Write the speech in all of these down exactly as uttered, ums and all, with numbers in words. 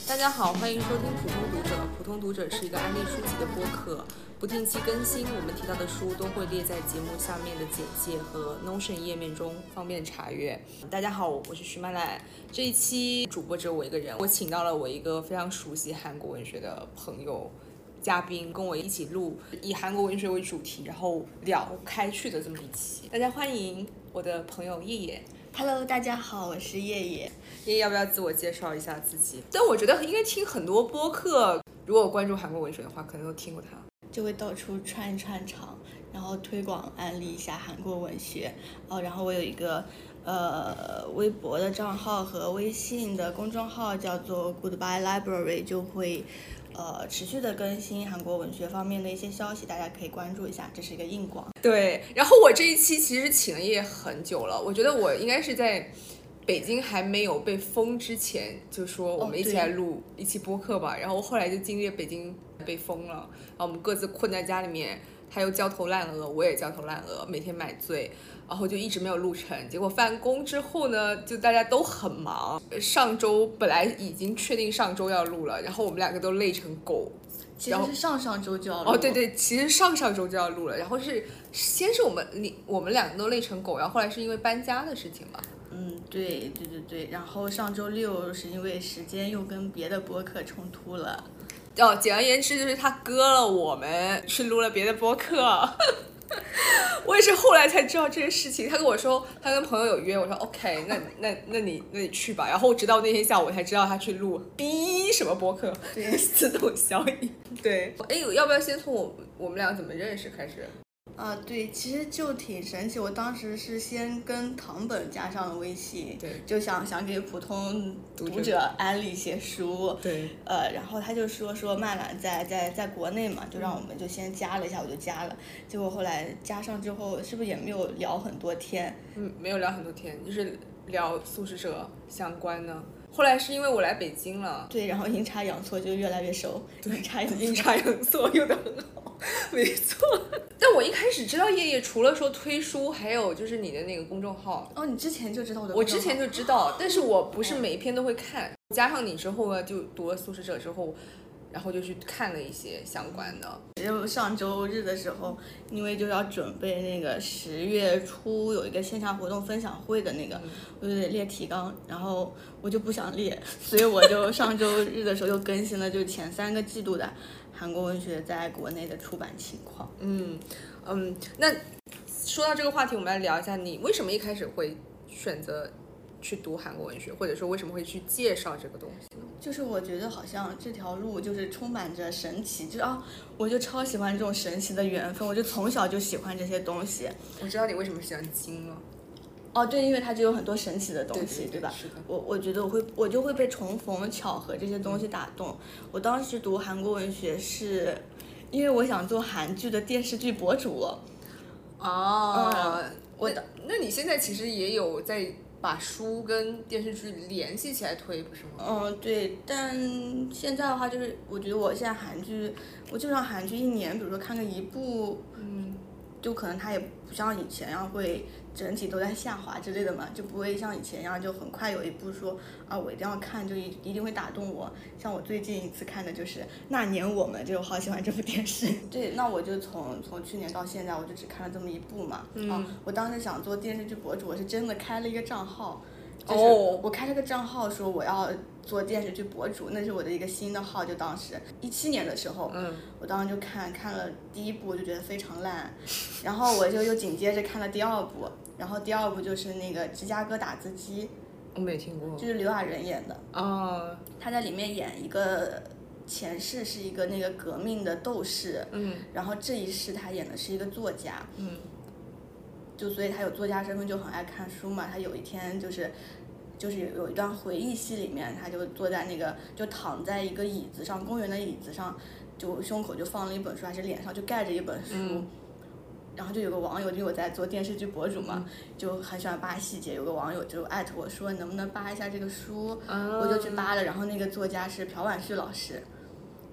大家好，欢迎收听普通读者。普通读者是一个安利书籍的播客，不定期更新，我们提到的书都会列在节目下面的简介和 Notion 页面中，方便查阅。大家好，我是徐曼兰。这一期主播只有我一个人，我请到了我一个非常熟悉韩国文学的朋友嘉宾，跟我一起录以韩国文学为主题，然后聊开去的这么一期。大家欢迎我的朋友叶叶。 Hello， 大家好，我是叶叶。 叶叶要不要自我介绍一下自己？但我觉得应该听很多播客，如果关注韩国文学的话，可能都听过他。 就会到处串一串场，然后推广安利一下韩国文学。哦，然后我有一个呃微博的账号和微信的公众号叫做 Goodbye Library， 就会呃持续的更新韩国文学方面的一些消息，大家可以关注一下，这是一个硬广。 对，然后我这一期其实请了叶很久了，我觉得我应该是在北京还没有被封之前，就说我们一起来录一期播客吧。哦、然后后来就经历了北京被封了，然后我们各自困在家里面，他又焦头烂额，我也焦头烂额，每天买醉，然后就一直没有录成。结果翻工之后呢，就大家都很忙。上周本来已经确定上周要录了，然后我们两个都累成狗。 其实是上上周就要录哦，对对，其实上上周就要录了，然后是先是我们你我们两个都累成狗，然后后来是因为搬家的事情吧。 嗯，对对对对，然后上周六是因为时间又跟别的播客冲突了。 哦，简而言之就是他割了我们，去录了别的播客。我也是后来才知道这个事情，他跟我说他跟朋友有约，我说 OK， 那那那你那你去吧。然后直到那天下午我才知道他去录 B 什么播客， 对， 自动消音。对，哎，要不要先从我我们俩怎么认识开始？ 啊，对，其实就挺神奇。我当时是先跟唐本加上了微信， 对， 就想想给普通读者安利一些书， 对， 呃，然后他就说说曼兰在在在国内嘛，就让我们就先加了一下，我就加了。结果后来加上之后，是不是也没有聊很多天？ 嗯，没有聊很多天，就是聊素食者相关的。后来是因为我来北京了， 对，然后阴差阳错就越来越熟，阴差阳阴差阳错用的很好，没错。但我一开始知道叶叶，除了说推书，还有就是你的那个公众号。 哦，你之前就知道我的公众号？我之前就知道，但是我不是每一篇都会看。加上你之后呢，就读了素食者之后，然后就去看了一些相关的。 就上周日的时候，因为就要准备那个十月初有一个线下活动分享会的那个，嗯、我就得列提纲，然后我就不想列，所以我就上周日的时候又更新了，就前三个季度的韩国文学在国内的出版情况。 嗯嗯，那说到这个话题，我们来聊一下，你为什么一开始会选择去读韩国文学，或者说为什么会去介绍这个东西呢？ 就是我觉得好像这条路就是充满着神奇，就是啊，我就超喜欢这种神奇的缘分，我就从小就喜欢这些东西。 我知道你为什么喜欢金了。 哦，对，因为它就有很多神奇的东西， 对, 对, 对吧？ 是的。 我我觉得我会我就会被重逢、巧合这些东西打动。嗯、我当时读韩国文学是，因为我想做韩剧的电视剧博主。 哦，嗯、我那那你现在其实也有在把书跟电视剧联系起来推，不是吗？ 嗯，对，但现在的话就是，我觉得我现在韩剧，我基本上韩剧一年，比如说看个一部， 嗯， 就可能它也不像以前一样会整体都在下滑之类的嘛，就不会像以前一样就很快有一部说啊我一定要看，就一一定会打动我。像我最近一次看的就是《那年我们》，就我好喜欢这部电视。对，那我就从从去年到现在，我就只看了这么一部嘛。 嗯、 啊，我当时想做电视剧博主，我是真的开了一个账号。就是我开了个账号说我要做电视剧博主，那是我的一个新的号，就当时一七年的时候， 嗯， 我当时就看看了第一部，就觉得非常烂，然后我就又紧接着看了第二部，然后第二部就是那个芝加哥打字机， 我没听过， 就是刘亚仁演的， 哦， 他在里面演一个前世是一个那个革命的斗士， 嗯， 然后这一世他演的是一个作家， 嗯。 就所以他有作家身份，就很爱看书嘛。他有一天就是就是有有一段回忆戏里面，他就坐在那个就躺在一个椅子上，公园的椅子上，就胸口就放了一本书，还是脸上就盖着一本书。 嗯、 然后就有个网友，因为我在做电视剧博主嘛， 嗯、 就很喜欢扒细节。有个网友就艾特我说，能不能扒一下这个书？ 嗯、 我就去扒了。然后那个作家是朴婉旭老师。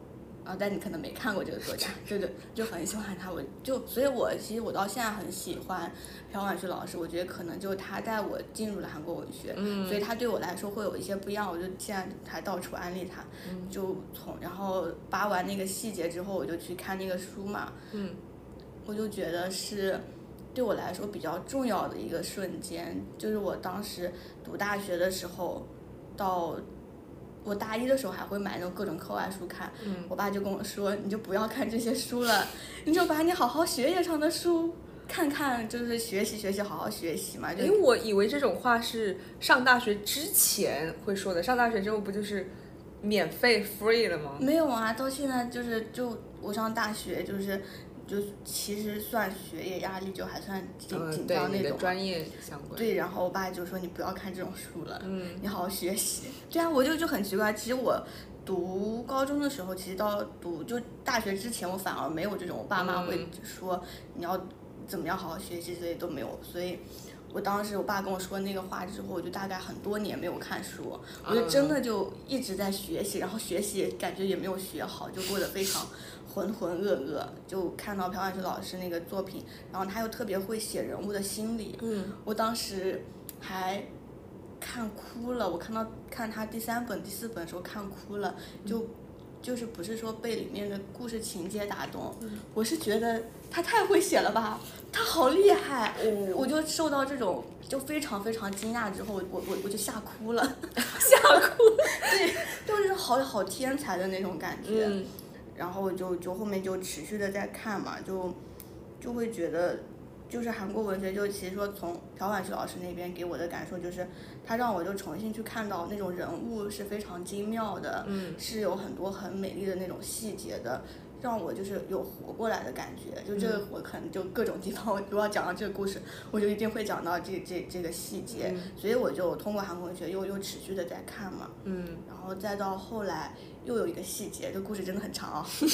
啊，但你可能没看过这个作家，就就就很喜欢他，我就所以，我其实我到现在很喜欢朴婉旭老师，我觉得可能就是他带我进入了韩国文学， 嗯， 所以他对我来说会有一些不一样，我就现在还到处安利他， 嗯、 就从然后扒完那个细节之后，我就去看那个书嘛， 嗯， 我就觉得是对我来说比较重要的一个瞬间，就是我当时读大学的时候，到。我大一的时候还会买那种各种课外书看， 嗯， 我爸就跟我说，你就不要看这些书了，你就把你好好学业上的书看看，就是学习学习，好好学习嘛。 因为我以为这种话是上大学之前会说的，上大学之后不就是免费 free 了吗？ 没有啊，到现在就是就我上大学就是就其实算学业压力就还算紧紧张那种、嗯、 对你的专业相关。 对，然后我爸就说你不要看这种书了， 嗯， 你好好学习。对啊，我就就很奇怪，其实我读高中的时候，其实到读就大学之前，我反而没有这种，我爸妈会说你要怎么样好好学习，这些都没有，所以。我当时我爸跟我说那个话之后，我就大概很多年没有看书，我就真的就一直在学习，然后学习感觉也没有学好，就过得非常浑浑噩噩。就看到朴婉旭老师那个作品，然后他又特别会写人物的心理， 嗯， 我当时还看哭了。我看到看他第三本、第四本的时候看哭了，就就是不是说被里面的故事情节打动， 嗯、 我是觉得他太会写了吧。他好厉害、 哦， 我就受到这种就非常非常惊讶之后，我我我就吓哭了， 吓哭， 对，就是好好天才的那种感觉。 嗯、 然后就就后面就持续的在看嘛，就就会觉得，就是韩国文学就其实说从朴婉旭老师那边给我的感受就是，他让我就重新去看到那种人物是非常精妙的， 嗯， 是有很多很美丽的那种细节的。让我就是有活过来的感觉，就这个我可能就各种地方，我如果要讲到这个故事，我就一定会讲到这这这个细节， 嗯、 所以我就通过韩国文学又又持续的在看嘛， 嗯， 然后再到后来又有一个细节，这故事真的很长啊、哦，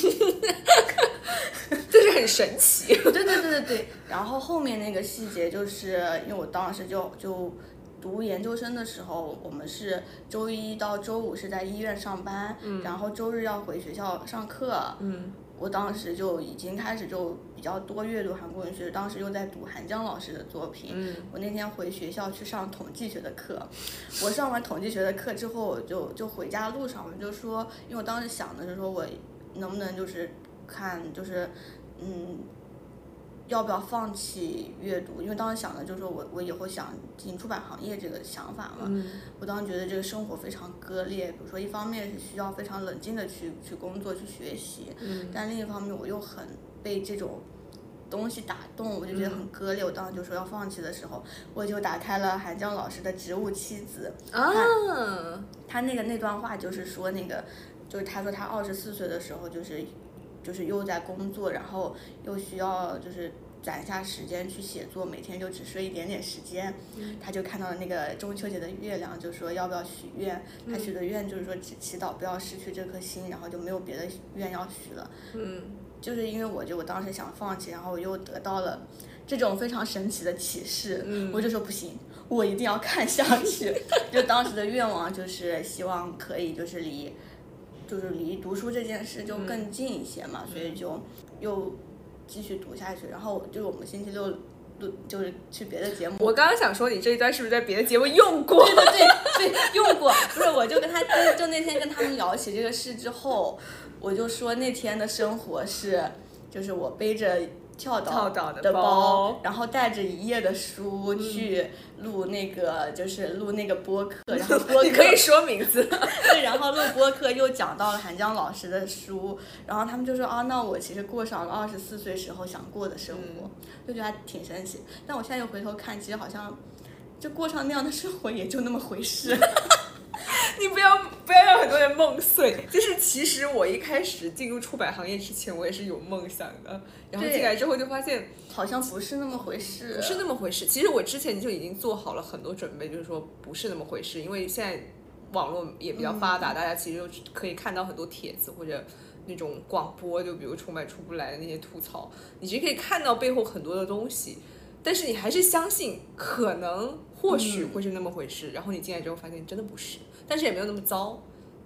就是很神奇， 对对对对对，然后后面那个细节就是因为我当时就就。读研究生的时候，我们是周一到周五是在医院上班， 嗯， 然后周日要回学校上课， 嗯， 我当时就已经开始就比较多阅读韩国文学，当时又在读韩江老师的作品， 嗯， 我那天回学校去上统计学的课，我上完统计学的课之后，我就就回家路上我就说，因为我当时想的是说我能不能就是看就是嗯。要不要放弃阅读？因为当时想的就是我，我以后想进出版行业这个想法嘛。 嗯、 我当时觉得这个生活非常割裂，比如说一方面是需要非常冷静的去去工作去学习， 嗯、 但另一方面我又很被这种东西打动，我就觉得很割裂。嗯、我当时就说要放弃的时候，我就打开了韩江老师的《植物妻子》 啊， 他, 他那个那段话就是说那个，就是他说他二十四岁的时候就是。就是又在工作，然后又需要就是攒下时间去写作，每天就只睡一点点时间。 嗯、 他就看到了那个中秋节的月亮，就说要不要许愿。他许的愿就是说只祈祷不要失去这颗心，然后就没有别的愿要许了。 嗯， 就是因为我就我当时想放弃，然后我又得到了这种非常神奇的启示， 嗯、 我就说不行，我一定要看下去。就当时的愿望就是希望可以就是离。就是离读书这件事就更近一些嘛， 嗯、 所以就又继续读下去。然后就是我们星期六录，就是去别的节目。 我刚刚想说，你这一段是不是在别的节目用过？ 对对对对，用过。不是，我就跟他就就那天跟他们聊起这个事之后，我就说那天的生活是，就是我背着。跳蚤的包， 然后带着一页的书去录那个，嗯、就是录那个播客，然后播客你可以说名字， 对，然后录播客又讲到了韩江老师的书，然后他们就说啊，那我其实过上了二十四岁时候想过的生活，嗯、就觉得还挺神奇。但我现在又回头看，其实好像就过上那样的生活也就那么回事。 你不要不要让很多人梦碎，就是其实我一开始进入出版行业之前，我也是有梦想的，然后进来之后就发现好像不是那么回事， 不是那么回事。其实我之前就已经做好了很多准备，就是说不是那么回事，因为现在网络也比较发达，嗯、大家其实就可以看到很多帖子或者那种广播，就比如出版出不来的那些吐槽，你其实可以看到背后很多的东西，但是你还是相信可能或许会是那么回事，嗯、然后你进来之后发现真的不是。但是也没有那么糟，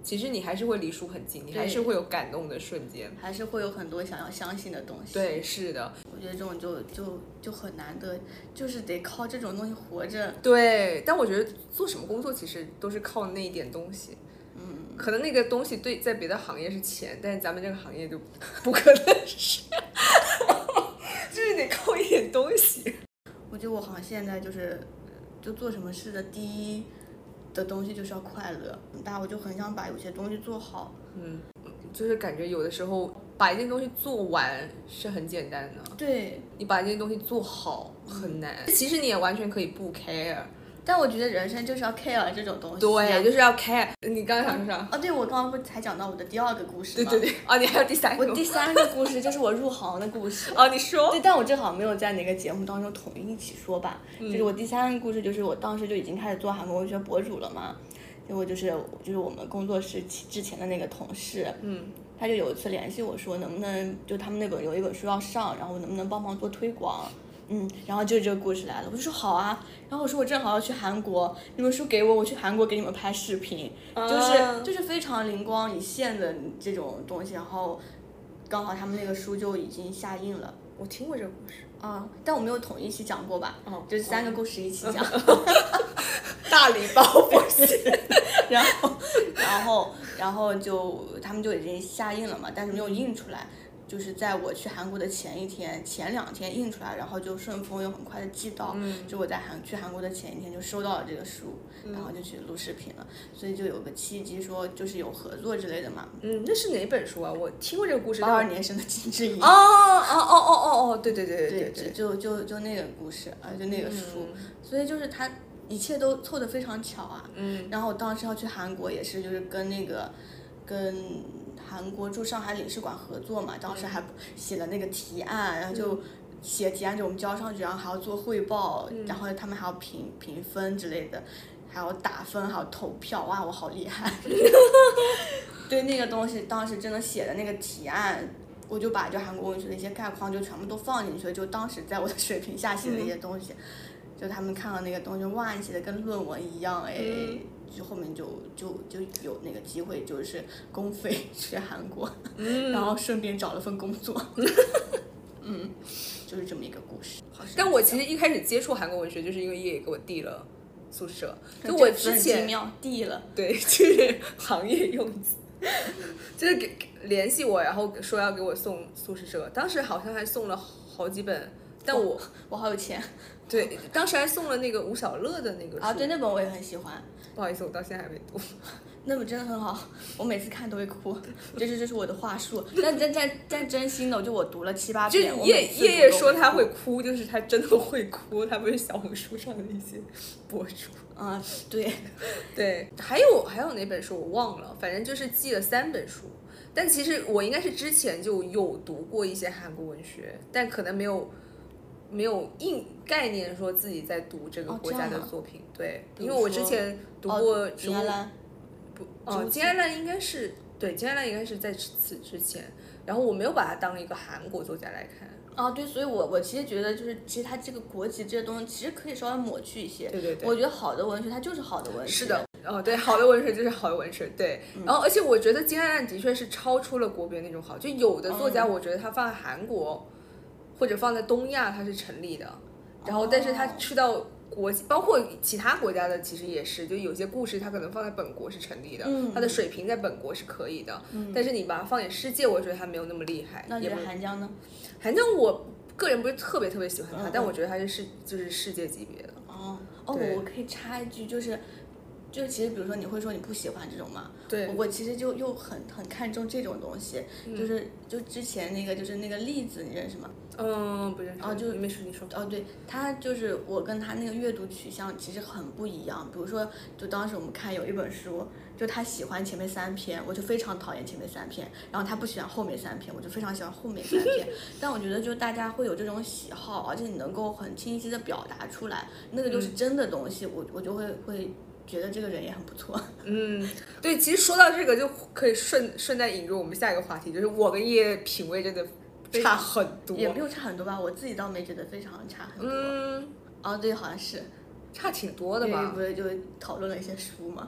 其实你还是会离书很近，你还是会有感动的瞬间， 还是会有很多想要相信的东西。 对，是的， 我觉得这种就就就很难得，就是得靠这种东西活着。 对，但我觉得做什么工作其实都是靠那一点东西。嗯，可能那个东西对在别的行业是钱，但是咱们这个行业就不可能是，就是得靠一点东西。 我觉得我好像现在就是，就做什么事的第一的东西就是要快乐。但我就很想把有些东西做好。 嗯，就是感觉有的时候把一件东西做完是很简单的， 对， 你把一件东西做好很难。嗯、其实你也完全可以不 care。 但我觉得人生就是要 care 这种东西、啊， 对，就是要 care。你刚刚想说啥？ 哦，对，我刚刚不才讲到我的第二个故事吗？ 对对对，哦，你还有第三个。 我第三个故事就是我入行的故事。 哦，你说。 对，但我正好没有在哪个节目当中统一一起说吧。 嗯、 就是我第三个故事，就是我当时就已经开始做韩国文学博主了嘛。结果就是就是我们工作室之前的那个同事， 嗯， 他就有一次联系我说，能不能就他们那本有一本书要上，然后能不能帮忙做推广。嗯，然后就这个故事来了，我就说好啊，然后我说我正好要去韩国，你们书给我，我去韩国给你们拍视频， 啊、 就是就是非常灵光一现的这种东西，然后刚好他们那个书就已经下映了。 我听过这个故事啊，但我没有统一一起讲过吧？ 哦， 就是三个故事一起讲， 大礼包不行。 然后然后然后就他们就已经下映了嘛，但是没有印出来。就是在我去韩国的前一天、前两天印出来，然后就顺丰又很快的寄到， 嗯、 就我在韩去韩国的前一天就收到了这个书， 嗯、 然后就去录视频了，所以就有个契机说就是有合作之类的嘛。 嗯，那是哪本书啊？我听过这个故事。 八二年生的金智英。 哦哦哦哦哦哦，对对对对对对， 就就就那个故事啊，就那个书， 嗯、 所以就是它一切都凑得非常巧啊。 嗯。 然后我当时要去韩国也是，就是跟那个跟。韩国驻上海领事馆合作嘛，当时还写了那个提案，然后就写提案就我们交上去，然后还要做汇报， 嗯、 然后他们还要评评分之类的，还要打分，还要投票，哇，我好厉害！对那个东西，当时真的写的那个提案，我就把就韩国文学的一些概况就全部都放进去了，就当时在我的水平下写的一些东西，嗯、就他们看到那个东西，哇，你写的跟论文一样哎。嗯就后面就就就有那个机会，就是公费去韩国， 嗯、 然后顺便找了份工作，嗯，就是这么一个故事。 但我其实一开始接触韩国文学，就是因为叶叶给我递了宿舍，就我之前递了， 对，就是行业用词，就是给联系我，然后说要给我送宿舍社，当时好像还送了好几本，但我我好有钱。 对，当时还送了那个吴小乐的那个书啊，对，那本我也很喜欢。 不好意思，我到现在还没读。 那本真的很好，我每次看都会哭，这是这是我的话术。但但但但真心的，就我读了七八遍。 就叶叶叶说他会哭，就是他真的会哭，他不是小红书上的一些博主。 啊，对对，还有还有哪本书我忘了，反正就是记了三本书。但其实我应该是之前就有读过一些韩国文学，但可能没有。没有硬概念说自己在读这个国家的作品， 哦、 对，因为我之前读过金安澜， 不，哦，金安澜应该是对，金安澜应该是在此之前，然后我没有把它当一个韩国作家来看。 哦，对，所以我我其实觉得就是其实它这个国籍这些东西其实可以稍微抹去一些， 对对对， 我觉得好的文学它就是好的文学， 是的，哦，对，好的文学就是好的文学，对， 嗯、 然后而且我觉得金安澜的确是超出了国别那种好，就有的作家我觉得他放在韩国。嗯或者放在东亚它是成立的，然后但是它去到国际，包括其他国家的其实也是，就有些故事它可能放在本国是成立的， 嗯、 它的水平在本国是可以的， 嗯、 但是你把它放眼世界，我觉得它没有那么厉害。 那你觉得韩江呢？ 韩江我个人不是特别特别喜欢他， 嗯、 但我觉得他是世就是世界级别的。 哦哦，我可以插一句，就是。就其实比如说你会说你不喜欢这种嘛， 对， 我其实就又很很看重这种东西， 嗯、 就是就之前那个就是那个栗子，你认识吗？ 嗯，不认识。 哦，就没事，你说。 哦，对，他就是我跟他那个阅读取向其实很不一样。比如说，就当时我们看有一本书，就他喜欢前面三篇，我就非常讨厌前面三篇，然后他不喜欢后面三篇，我就非常喜欢后面三篇。但我觉得就大家会有这种喜好，而且你能够很清晰的表达出来，那个就是真的东西，嗯、我我就会会。觉得这个人也很不错。 嗯，对，其实说到这个就可以顺顺带引入我们下一个话题，就是我跟叶品味真的差很多。 也没有差很多吧，我自己倒没觉得非常差很多。 嗯， 哦，对，好像是差挺多的吧？ 不是就讨论了一些书嘛。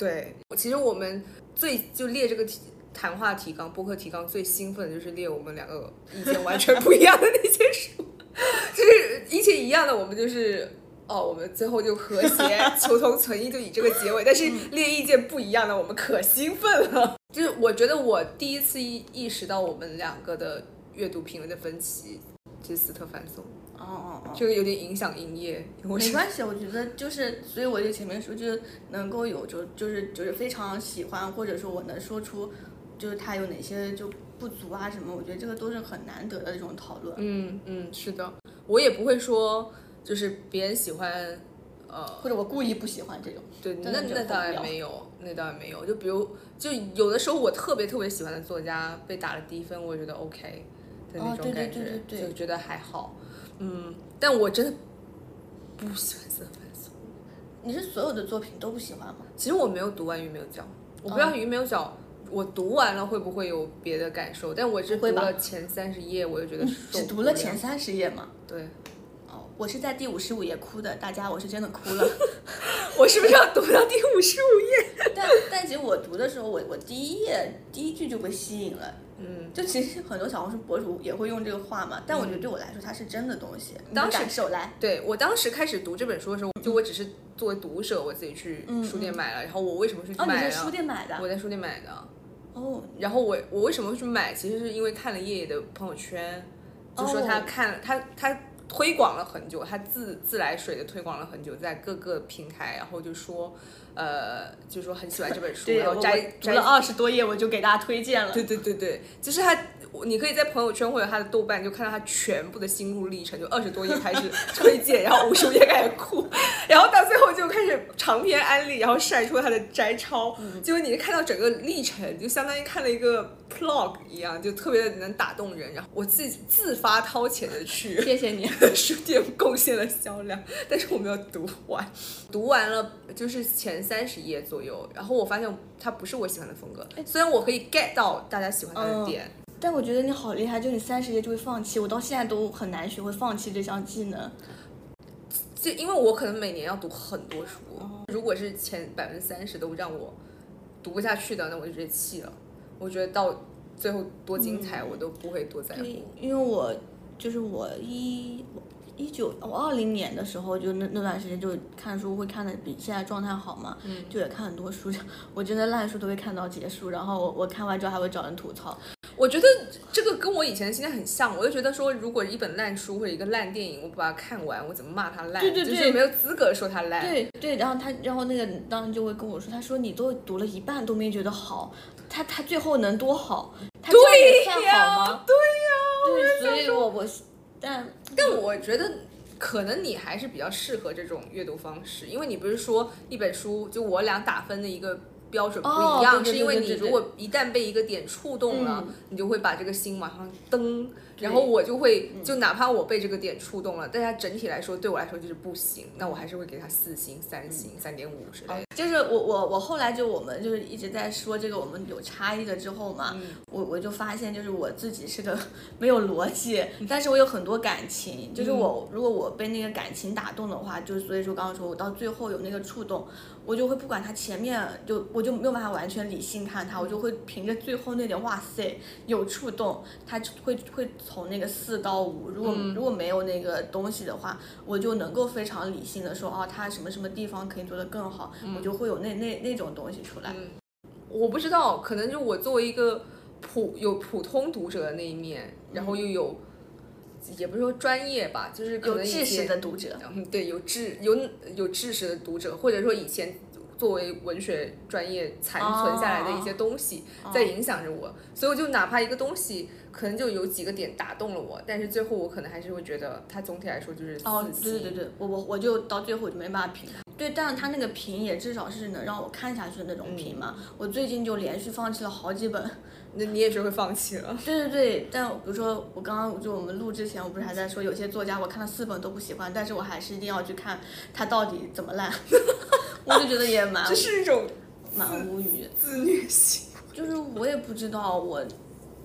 对，其实我们最就列这个题谈话提纲、播客提纲最兴奋的就是列我们两个意见完全不一样的那些书，就是一切一样的，我们就是哦，我们最后就和谐求同存异，就以这个结尾。但是列意见不一样的，我们可兴奋了。就是我觉得我第一次意意识到我们两个的阅读品味的分歧，就是斯特凡松。 哦哦哦， 这个有点影响营业。 没关系，我觉得就是，所以我就前面说，就是能够有就就是就是非常喜欢，或者说我能说出，就是他有哪些就不足啊什么，我觉得这个都是很难得的这种讨论。 嗯嗯，是的，我也不会说就是别人喜欢。呃， 或者我故意不喜欢这种， 对，那那当然没有，那当然没有。就比如，就有的时候我特别特别喜欢的作家被打了低分，我觉得 OK 的那种感觉， 哦、对对对对对就觉得还好。嗯，但我真的不喜欢斯特凡松。 你是所有的作品都不喜欢吗？ 其实我没有读完《鱼没有脚》，我不知道《鱼没有脚》我读完了会不会有别的感受，但我只读了前三十页，我就觉得只读了前三十页吗？ 对。 我是在第五十五页哭的，大家，我是真的哭了。 我是不是要读到第五十五页？ 但但其实我读的时候，我我第一页第一句就被吸引了。嗯，就其实很多小红书博主也会用这个话嘛，但我觉得对我来说它是真的东西。嗯、 当时感受来， 对我当时开始读这本书的时候，就我只是作为读者，我自己去书店买了。嗯、然后我为什么会去买呢？ 哦，你在书店买的？ 我在书店买的。 哦。 然后我我为什么会去买？其实是因为看了叶叶的朋友圈，就说他看、哦、他他。推广了很久，他自自来水的推广了很久，在各个平台，然后就说，呃，就说很喜欢这本书， 对， 然后摘读了二十多页，我就给大家推荐了。 对对对对，就是他，你可以在朋友圈或者他的豆瓣就看到他全部的心路历程，就二十多页开始推荐，然后五十五页开始哭，然后到最后就开始长篇安利，然后晒出他的摘抄，嗯、结果你看到整个历程，就相当于看了一个 plog 一样，就特别的能打动人。然后我自己自发掏钱的去， 谢谢你。 书店贡献了销量，但是我没有读完，读完了就是前三十页左右，然后我发现它不是我喜欢的风格，虽然我可以 get 到大家喜欢它的点、 嗯，但我觉得你好厉害，就你三十页就会放弃，我到现在都很难学会放弃这项技能。 就因为我可能每年要读很多书，哦、如果是前百分之三十都让我读不下去的，那我就直接弃了。我觉得到最后多精彩，我都不会多在乎。 嗯、因为我。就是我一一九我二零年的时候，就那那段时间就看书会看的比现在状态好嘛，嗯，就也看很多书，我真的烂书都会看到结束，然后我我看完之后还会找人吐槽。 我觉得这个跟我以前的心态很像，我就觉得说，如果一本烂书或者一个烂电影，我不把它看完，我怎么骂它烂？ 对对对， 就是没有资格说它烂。 对对，然后他，然后那个当时就会跟我说，他说你都读了一半都没觉得好，他他最后能多好？他这样也算好吗？ 对呀， 对，所以我我但但我觉得。可能你还是比较适合这种阅读方式，因为你不是说一本书就我俩打分的一个标准不一样， 哦、对对对对对对， 是因为你如果一旦被一个点触动了，嗯、你就会把这个心马上蹬，然后我就会就哪怕我被这个点触动了，但它整体来说对我来说就是不行，那我还是会给它四星、三星、三点五之类的。 就是我我我后来就我们就是一直在说这个我们有差异了之后嘛，嗯、我我就发现就是我自己是个没有逻辑，但是我有很多感情，就是我如果我被那个感情打动的话，就所以说刚刚说我到最后有那个触动，我就会不管它前面就我就没有办法完全理性看它，我就会凭着最后那点哇塞有触动，它会会从那个四到五，如果、嗯、如果没有那个东西的话，我就能够非常理性的说哦，它什么什么地方可以做得更好，嗯、我就会有那那那种东西出来。 嗯、我不知道，可能就我作为一个普有普通读者的那一面，然后又有。也不是说专业吧，就是可能有知识的读者， 嗯，对，有知有有知识的读者，或者说以前作为文学专业残存下来的一些东西，哦、在影响着我，所以我就哪怕一个东西可能就有几个点打动了我，但是最后我可能还是会觉得它总体来说就是四星。 哦，对对对，我我我就到最后我就没办法评它。对，但是它那个评也至少是能让我看下去的那种评嘛。嗯、我最近就连续放弃了好几本。 那你也是会放弃了？ 对对对，但比如说我刚刚就我们录之前，我不是还在说有些作家我看了四本都不喜欢，但是我还是一定要去看他到底怎么烂。我就觉得也蛮， 这是一种蛮无语， 自虐性。 就是我也不知道我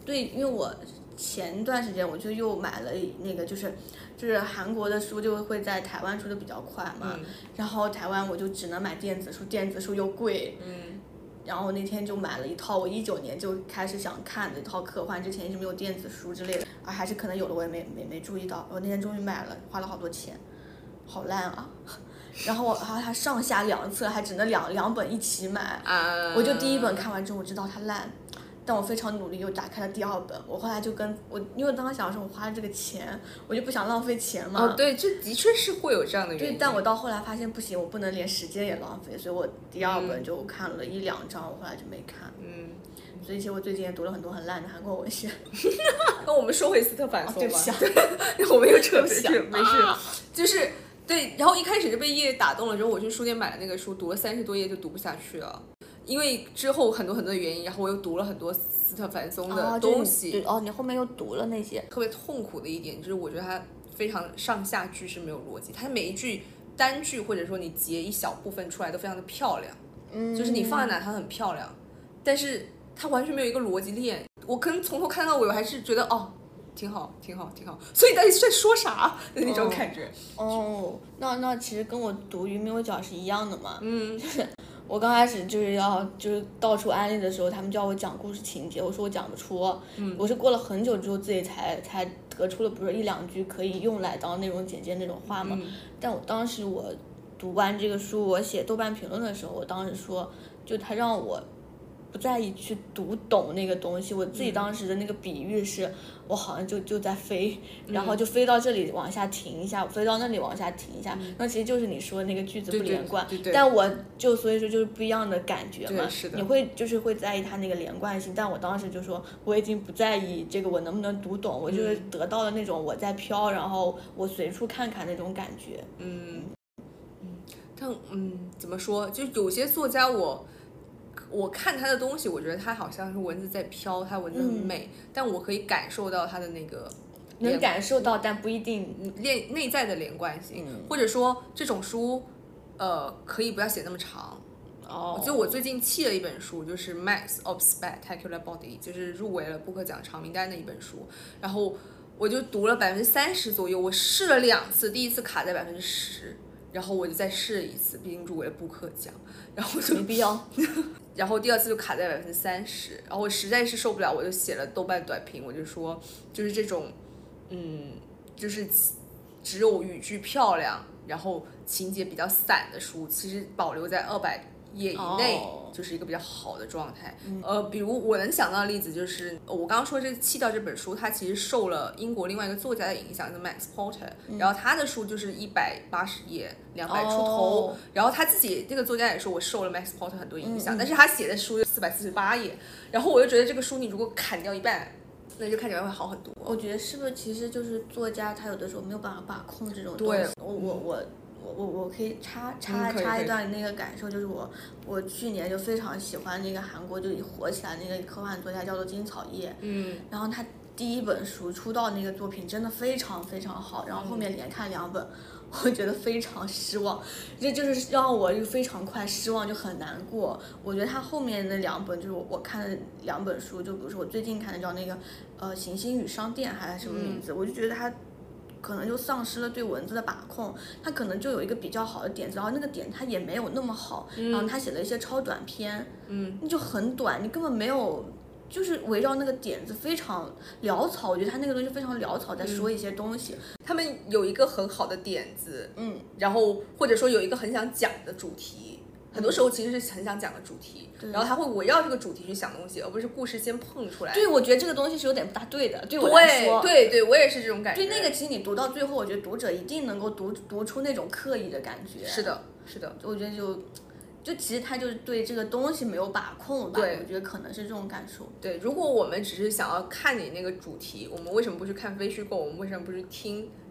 对，因为我前段时间我就又买了那个，就是就是韩国的书就会在台湾出的比较快嘛， 嗯、 然后台湾我就只能买电子书，电子书又贵， 嗯， 然后我那天就买了一套我一九年就开始想看的一套科幻，之前一直没有电子书之类的啊，还是可能有的我也没没没注意到，我那天终于买了，花了好多钱，好烂啊。然后我还还上下两册，还只能两两本一起买， 啊， 我就第一本看完之后我知道它烂，但我非常努力又打开了第二本，我后来就跟我，因为当时想说我花了这个钱，我就不想浪费钱嘛。 哦，对，这的确是会有这样的原因。 对，但我到后来发现不行，我不能连时间也浪费，所以我第二本就看了一两章，我后来就没看。 嗯， 所以其实我最近也读了很多很烂的韩国文学。 那我们说回斯特凡松吧。 哦、对不起、啊， 我们又扯回去，没事，就是对。然后一开始就被叶打动了，之后我去书店买了那个书，读了三十多页就读不下去了。因为之后很多很多的原因，然后我又读了很多斯特凡松的东西。 哦，你后面又读了那些。 特别痛苦的一点就是，我觉得它非常上下句是没有逻辑，它每一句单句或者说你截一小部分出来都非常的漂亮， 嗯， 就是你放在哪它很漂亮，但是它完全没有一个逻辑链。我可能从头看到尾，我还是觉得哦，挺好，挺好，挺好。所以到底是在说啥的那种感觉。 哦，哦那那其实跟我读《鱼没有脚》是一样的嘛。 嗯， 就是我刚开始就是要就是到处安利的时候，他们叫我讲故事情节，我说我讲不出。 嗯， 我是过了很久之后自己才才得出了不是一两句可以用来当内容简介那种话嘛。 嗯， 但我当时我读完这个书，我写豆瓣评论的时候，我当时说，就他让我不在意去读懂那个东西，我自己当时的那个比喻是，我好像就就在飞，然后就飞到这里往下停一下，飞到那里往下停一下， 嗯、 那其实就是你说的那个句子不连贯。 对对对对， 但我就所以说就是不一样的感觉嘛。 是的。 你会就是会在意它那个连贯性，但我当时就说我已经不在意这个我能不能读懂，我就是得到了那种我在飘，然后我随处看看那种感觉。 嗯嗯，但嗯怎么说，就有些作家我。我看他的东西，我觉得他好像是文字在飘，他文字很美，嗯、但我可以感受到他的那个， 能感受到，但不一定连内在的连贯性， 嗯、 或者说这种书，呃，可以不要写那么长。 哦， 就我最近弃了一本书，就是《Max of Spectacular Body》，就是入围了布克奖长名单的一本书，然后我就读了百分之三十左右，我试了两次，第一次卡在百分之十。然后我就再试了一次，毕竟入围了布克奖，然后就没必要。 然后第二次就卡在百分之三十，然后我实在是受不了，我就写了豆瓣短评，我就说，就是这种，嗯，就是只有语句漂亮，然后情节比较散的书，其实保留在二百页以内。Oh. 就是一个比较好的状态， 嗯、 呃，比如我能想到的例子就是，我刚刚说这《弃掉》这本书，它其实受了英国另外一个作家的影响，叫 Max Porter，、嗯、然后他的书就是一百八十页，两百出头， oh. 然后他自己这个作家也说我受了 Max Porter 很多影响， 嗯、 但是他写的书四百四十八页，然后我就觉得这个书你如果砍掉一半，那就看起来会好很多。 我觉得是不是其实就是作家他有的时候没有办法把控这种东西。 对， 我我我。我我我可以插插插一段那个感受，就是我我去年就非常喜欢那个韩国就火起来那个科幻作家叫做金草叶， 嗯， 然后他第一本书出道那个作品真的非常非常好，然后后面连看两本，嗯、我觉得非常失望，这就是让我就非常快失望就很难过。我觉得他后面那两本就是我我看的两本书，就比如说我最近看的叫那个呃行星与商店还是什么名字，嗯、我就觉得他。可能就丧失了对文字的把控，他可能就有一个比较好的点子，然后那个点他也没有那么好， 嗯、 然后他写了一些超短篇， 嗯， 那就很短，你根本没有，就是围绕那个点子非常潦草，我觉得他那个东西非常潦草，在说一些东西。 嗯、他们有一个很好的点子， 嗯， 然后或者说有一个很想讲的主题。很多时候其实是很想讲的主题， 嗯、 然后他会围绕这个主题去想东西，而不是故事先碰出来。 对，我觉得这个东西是有点不大对的，对我来说。 对对对，我也是这种感觉。 对那个，其实你读到最后，我觉得读者一定能够读读出那种刻意的感觉。 是的，是的， 我觉得就就其实他就是对这个东西没有把控吧。 对， 我觉得可能是这种感受。 对，如果我们只是想要看你那个主题，我们为什么不去看非虚构？我们为什么不去听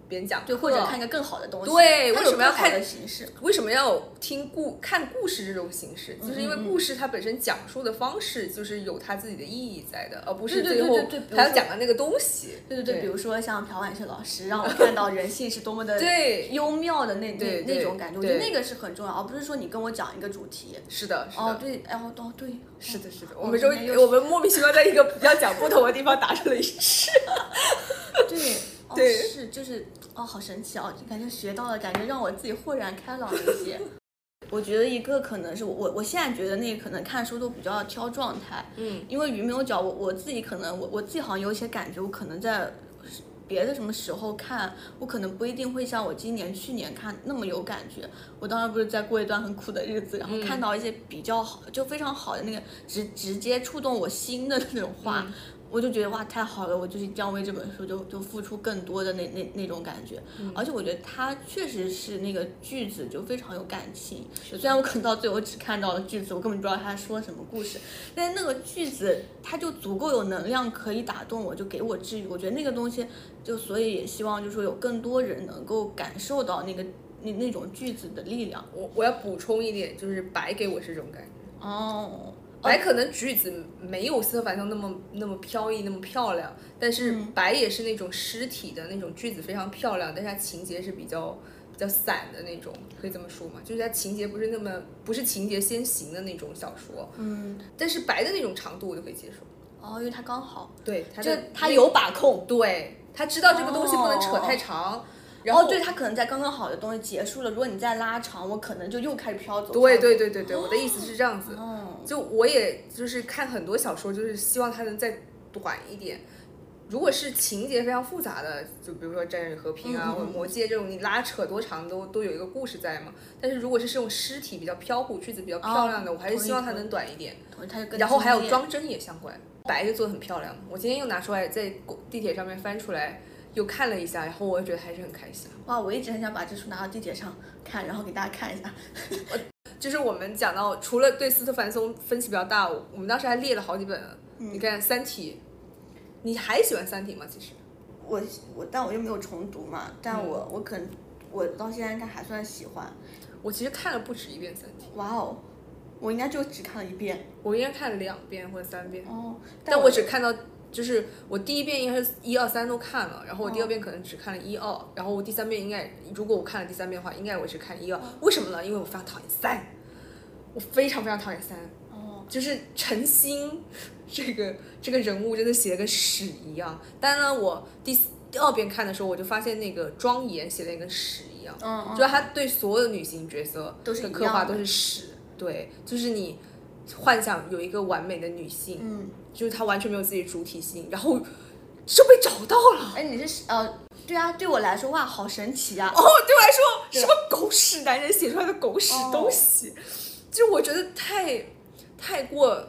别人讲课， 对，或者看一个更好的东西。 对，为什么要看的形式？ 为什么要听故看故事这种形式？就是因为故事它本身讲述的方式就是有它自己的意义在的，而不是最后还要讲的那个东西。 对对对，比如说像朴婉雪老师让我看到人性是多么的对幽妙的那那那种感觉，我觉得那个是很重要，而不是说你跟我讲一个主题。 是的，是的。 哦，对，哦，哦，对， 是的，是的。我们说我们莫名其妙在一个比较讲不同的地方达成了一致。 对。哦、 对， 是就是哦，好神奇哦，感觉学到了，感觉让我自己豁然开朗一些。我觉得一个可能是我，我现在觉得那个可能看书都比较挑状态， 嗯， 因为鱼没有脚，我我自己可能我我自己好像有一些感觉，我可能在别的什么时候看，我可能不一定会像我今年去年看那么有感觉。我当时不是在过一段很苦的日子，然后看到一些比较好，就非常好的那个直直接触动我心的那种话。嗯，我就觉得哇太好了，我就是将为这本书就就付出更多的那那那种感觉、嗯，而且我觉得它确实是那个句子就非常有感情，虽然我可能到最后只看到了句子，我根本不知道他说什么故事，但是那个句子它就足够有能量可以打动我，就给我治愈。我觉得那个东西就所以也希望就是说有更多人能够感受到那个那那种句子的力量。 我我要补充一点，就是白给我是这种感觉哦。 白可能句子没有斯特凡松那么那么飘逸那么漂亮，但是白也是那种诗体的那种句子非常漂亮，但是它情节是比较比较散的那种，可以这么说嘛？就是它情节不是那么不是情节先行的那种小说， 嗯， 但是白的那种长度我就可以接受。 哦，因为它刚好， 对，它就它有把控， 对，他知道这个东西不能扯太长。 哦然后哦，对，他可能在刚刚好的东西结束了，如果你再拉长，我可能就又开始飘走。 对对对对对，我的意思是这样子。 哦， 就我也就是看很多小说，就是希望它能再短一点。如果是情节非常复杂的，就比如说《战争与和平》啊， 嗯嗯或者《魔戒》这种，你拉扯多长都都有一个故事在嘛。但是如果是这种诗体比较飘忽、句子比较漂亮的， 哦、 我还是希望它能短一点。 它然后还有装帧也相关，白就做得很漂亮。我今天又拿出来在地铁上面翻出来。又看了一下，然后我觉得还是很开心。 哇，我一直很想把这书拿到地铁上看，然后给大家看一下。 就是我们讲到，除了对斯特凡松分歧比较大，我们当时还列了好几本。 嗯、 你看《三体》，你还喜欢《三体》吗？其实我我，但我又没有重读嘛，但我、嗯、我可能我到现在应该还算喜欢。 我其实看了不止一遍《三体》。 哇哦，我应该就只看了一遍。 我应该看了两遍或者三遍。 哦， 但我只看到。就是我第一遍应该是一二三都看了，然后我第二遍可能只看了一二、哦，然后我第三遍应该，如果我看了第三遍的话，应该我是看一二。为什么呢？因为我非常讨厌三，我非常非常讨厌三。 哦， 就是陈星这个这个人物真的写的跟屎一样。但呢，我第第二遍看的时候，我就发现那个庄严写的跟屎一样。 嗯嗯， 就是他对所有的女性角色的刻画都是屎。对，就是你幻想有一个完美的女性。 嗯。 就是他完全没有自己主体性，然后就被找到了。 哎，你是呃，对啊，对我来说哇，好神奇啊！ 哦，对我来说，什么狗屎男人写出来的狗屎东西，哦、就我觉得太太过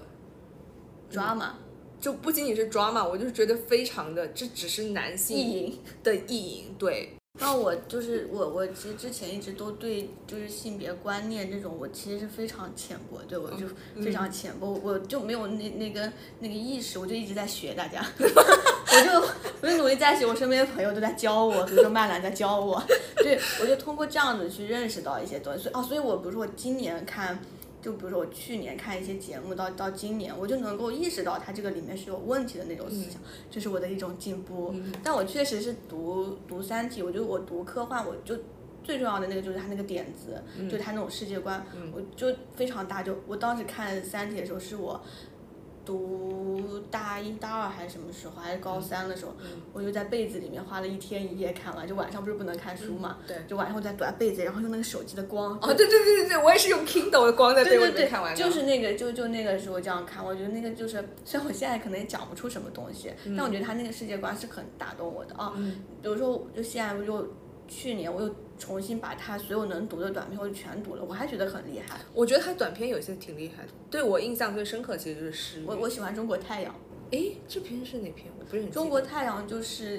drama，、嗯、 就不仅仅是 drama， 我就是觉得非常的，这只是男性意淫的意淫，对。 那我就是我，我其实之前一直都对就是性别观念这种，我其实是非常浅薄，对我就非常浅薄，嗯、我就没有那那个那个意识，我就一直在学大家，我就我就努力在学，我身边的朋友都在教我，比如说曼兰在教我，对，我就通过这样子去认识到一些东西，所以哦，所以我比如说我今年看。就比如说我去年看一些节目到到今年，我就能够意识到它这个里面是有问题的那种思想，嗯、这是我的一种进步。 嗯、 但我确实是读读三体，我觉得我读科幻，我就最重要的那个就是它那个点子， 嗯、 就是它那种世界观， 嗯、 我就非常大。就我当时看三体的时候，是我读大一大二还是什么时候，还是高三的时候， 嗯、 我就在被子里面花了一天一夜看完。就晚上不是不能看书嘛， 嗯、对， 就晚上我在躲在被子，然后用那个手机的光。 哦，对对对对对，我也是用 Kindle 的光在被窝里面看完的。 就是那个，就就那个时候这样看，我觉得那个就是，虽然我现在可能也讲不出什么东西， 嗯、 但我觉得他那个世界观是很打动我的啊。 嗯、 比如说，就现在我就去年我又重新把他所有能读的短篇我就全读了，我还觉得很厉害。 我觉得他短篇有些挺厉害的，对我印象最深刻其实就是《诗》。 我我喜欢《中国太阳》。 诶，这篇是哪篇？我不是很记得。 中国太阳就是就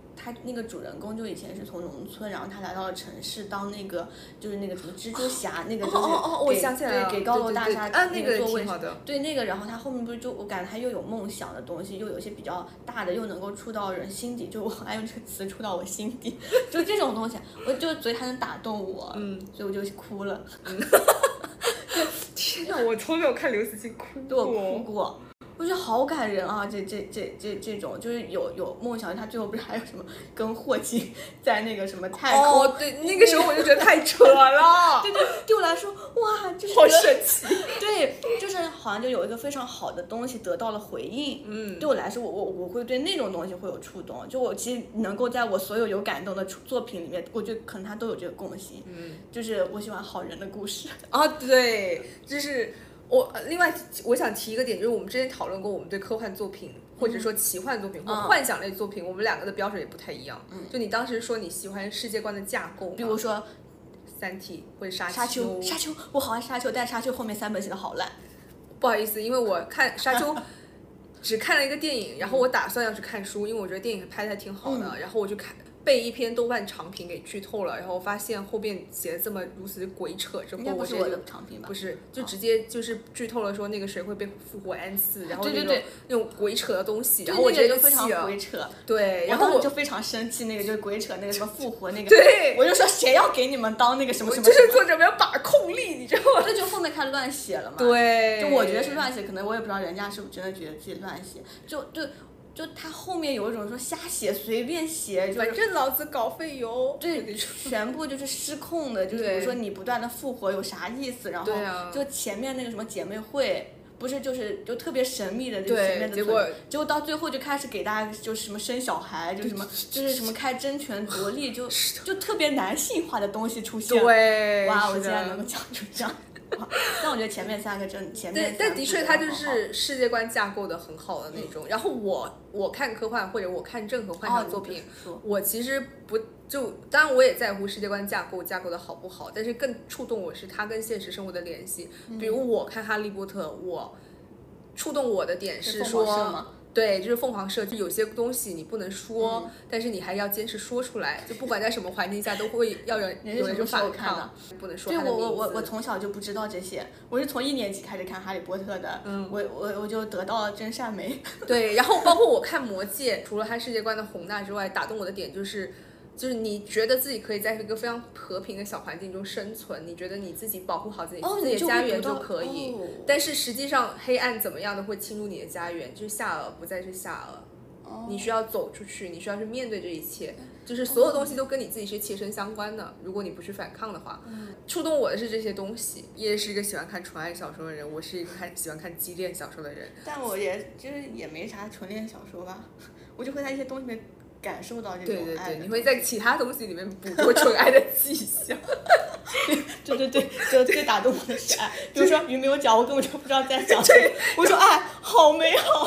他那个主人公就以前是从农村，然后他来到了城市当那个就是那个什么蜘蛛侠，那个就是哦哦哦，我想起来了， 对，给高楼大厦啊那个座位，对那个，然后他后面不是就我感觉他又有梦想的东西，又有一些比较大的，又能够触到人心底，就我还用这个词触到我心底，就这种东西，我就所以他能打动我， 嗯， 所以我就哭了。嗯， 天哪，我从没有看刘慈欣哭过，我哭过。我觉得好感人啊！这这这这这种就是有有梦想，他最后不是还有什么跟霍金在那个什么太空？ 哦，对，那个时候我就觉得太扯了。 对对，对我来说，哇，就是好神奇。 对，就是好像就有一个非常好的东西得到了回应。 嗯， 对我来说，我我我会对那种东西会有触动。就我其实能够在我所有有感动的作品里面，我觉得可能他都有这个共性。 嗯， 就是我喜欢好人的故事。 啊，对，就是。我另外我想提一个点，就是我们之前讨论过，我们对科幻作品或者说奇幻作品、嗯、或幻想类作品、嗯，我们两个的标准也不太一样。嗯，就你当时说你喜欢世界观的架构， 比如说《 三体》或者沙沙丘。沙丘，我好爱沙丘，但沙丘后面三本写的好烂。 不好意思，因为我看沙丘只看了一个电影，然后我打算要去看书，因为我觉得电影拍的还挺好的，嗯、然后我就看。被一篇豆瓣长评给剧透了，然后发现后边写的这么如此鬼扯之后， 我觉得我的长评吧， 不是，就直接就是剧透了说那个谁会被复活安祀，然后那种对对对那种鬼扯的东西，然后我觉得就非常鬼扯， 对，然后我就非常生气，那个就是鬼扯那个什么复活那个， 对， 我就说谁要给你们当那个什么什么， 就是作者没有把控力，你知道吗？ 这就后面开始乱写了嘛， 对， 就我觉得是乱写，可能我也不知道人家是不是真的觉得自己乱写，就就。就他后面有一种说瞎写随便写，就是、 反正老子稿费油， 对，全部就是失控的，就是比如说你不断的复活有啥意思，然后就前面那个什么姐妹会，不是就是就特别神秘的这前面的， 结果结果到最后就开始给大家就是什么生小孩，就什么就是什么开争权夺利，就就特别男性化的东西出现， 对， 哇，我竟然能够讲出这样。但我觉得前面三个真前面对，但的确它就是世界观架构的很好的那种。嗯、然后我我看科幻或者我看任何幻想作品， 哦、 我其实不就当然我也在乎世界观架构架构的好不好，但是更触动我是它跟现实生活的联系。嗯、比如我看哈利波特，我触动我的点是说。对，就是凤凰社，就有些东西你不能说，嗯、但是你还要坚持说出来，就不管在什么环境下都会要有有人就反抗，不能说他的名字。 对，我我我从小就不知道这些，我是从一年级开始看哈利波特的，嗯，我我我就得到了真善美。 对，然后包括我看魔戒，除了它世界观的宏大之外，打动我的点就是。就是你觉得自己可以在一个非常和平的小环境中生存，你觉得你自己保护好自己、 哦、 自己的家园就可以、 哦， 但是实际上黑暗怎么样的会侵入你的家园，就是夏尔不再是夏尔、哦，你需要走出去，你需要去面对这一切，就是所有东西都跟你自己是切身相关的，如果你不去反抗的话、嗯、触动我的是这些东西。也是一个喜欢看纯爱小说的人，我是一个看喜欢看激恋小说的人， 但我也就是也没啥纯恋小说吧，我就会在一些东西里面感受到这种爱。 对对对，你会在其他东西里面捕捉纯爱的迹象。 对对对，就最打动我的是爱。比如说鱼没有脚，我根本就不知道在讲什么。我说爱好美好。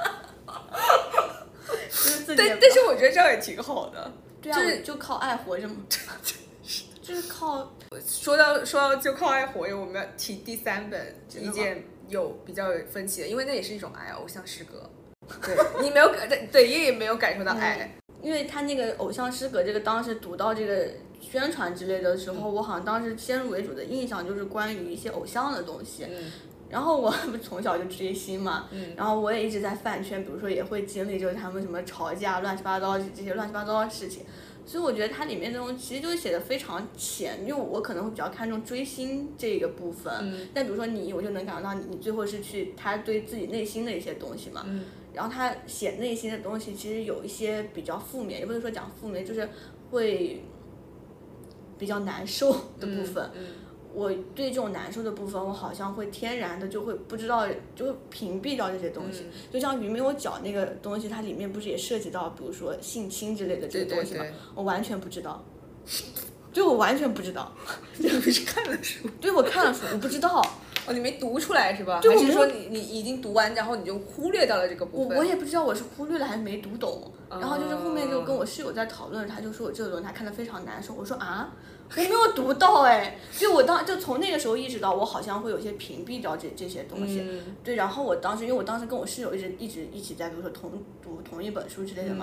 就是自己但但是我觉得这样也挺好的。 对啊，就是就靠爱活着嘛。就是靠。 说到说到就靠爱活着，我们要提第三本意见有比较有分歧的，因为那也是一种爱，偶像诗歌。对，你没有感对，也也没有感受到爱。 嗯，因为他那个偶像诗歌这个当时读到这个宣传之类的时候、嗯、我好像当时先入为主的印象就是关于一些偶像的东西、嗯、然后我从小就追星嘛、嗯、然后我也一直在饭圈，比如说也会经历就是他们什么吵架乱七八糟这些乱七八糟的事情，所以我觉得它里面这种其实就是写的非常浅，因为我可能会比较看重追星这个部分、嗯、但比如说你我就能感觉到你最后是去他对自己内心的一些东西嘛、嗯，然后他写内心的东西其实有一些比较负面，也不是说讲负面，就是会比较难受的部分、嗯嗯、我对这种难受的部分我好像会天然的就会不知道，就会屏蔽掉这些东西、嗯、就像鱼没有脚那个东西，它里面不是也涉及到比如说性侵之类的这个东西吗？ 对对对， 我完全不知道，对，我完全不知道。 你不是看了书？ 对，我看了书，我不知道。 哦，你没读出来是吧？ 对， 还是说你你已经读完，然后你就忽略掉了这个部分？ 我我也不知道我是忽略了还是没读懂。嗯、然后就是后面就跟我室友在讨论，他就说我这个论他看得非常难受。我说啊，我没有读到哎，就我当就从那个时候意识到我好像会有些屏蔽掉这这些东西。嗯、对，然后我当时因为我当时跟我室友一直一直一起在比如说同读同一本书之类的嘛。嗯，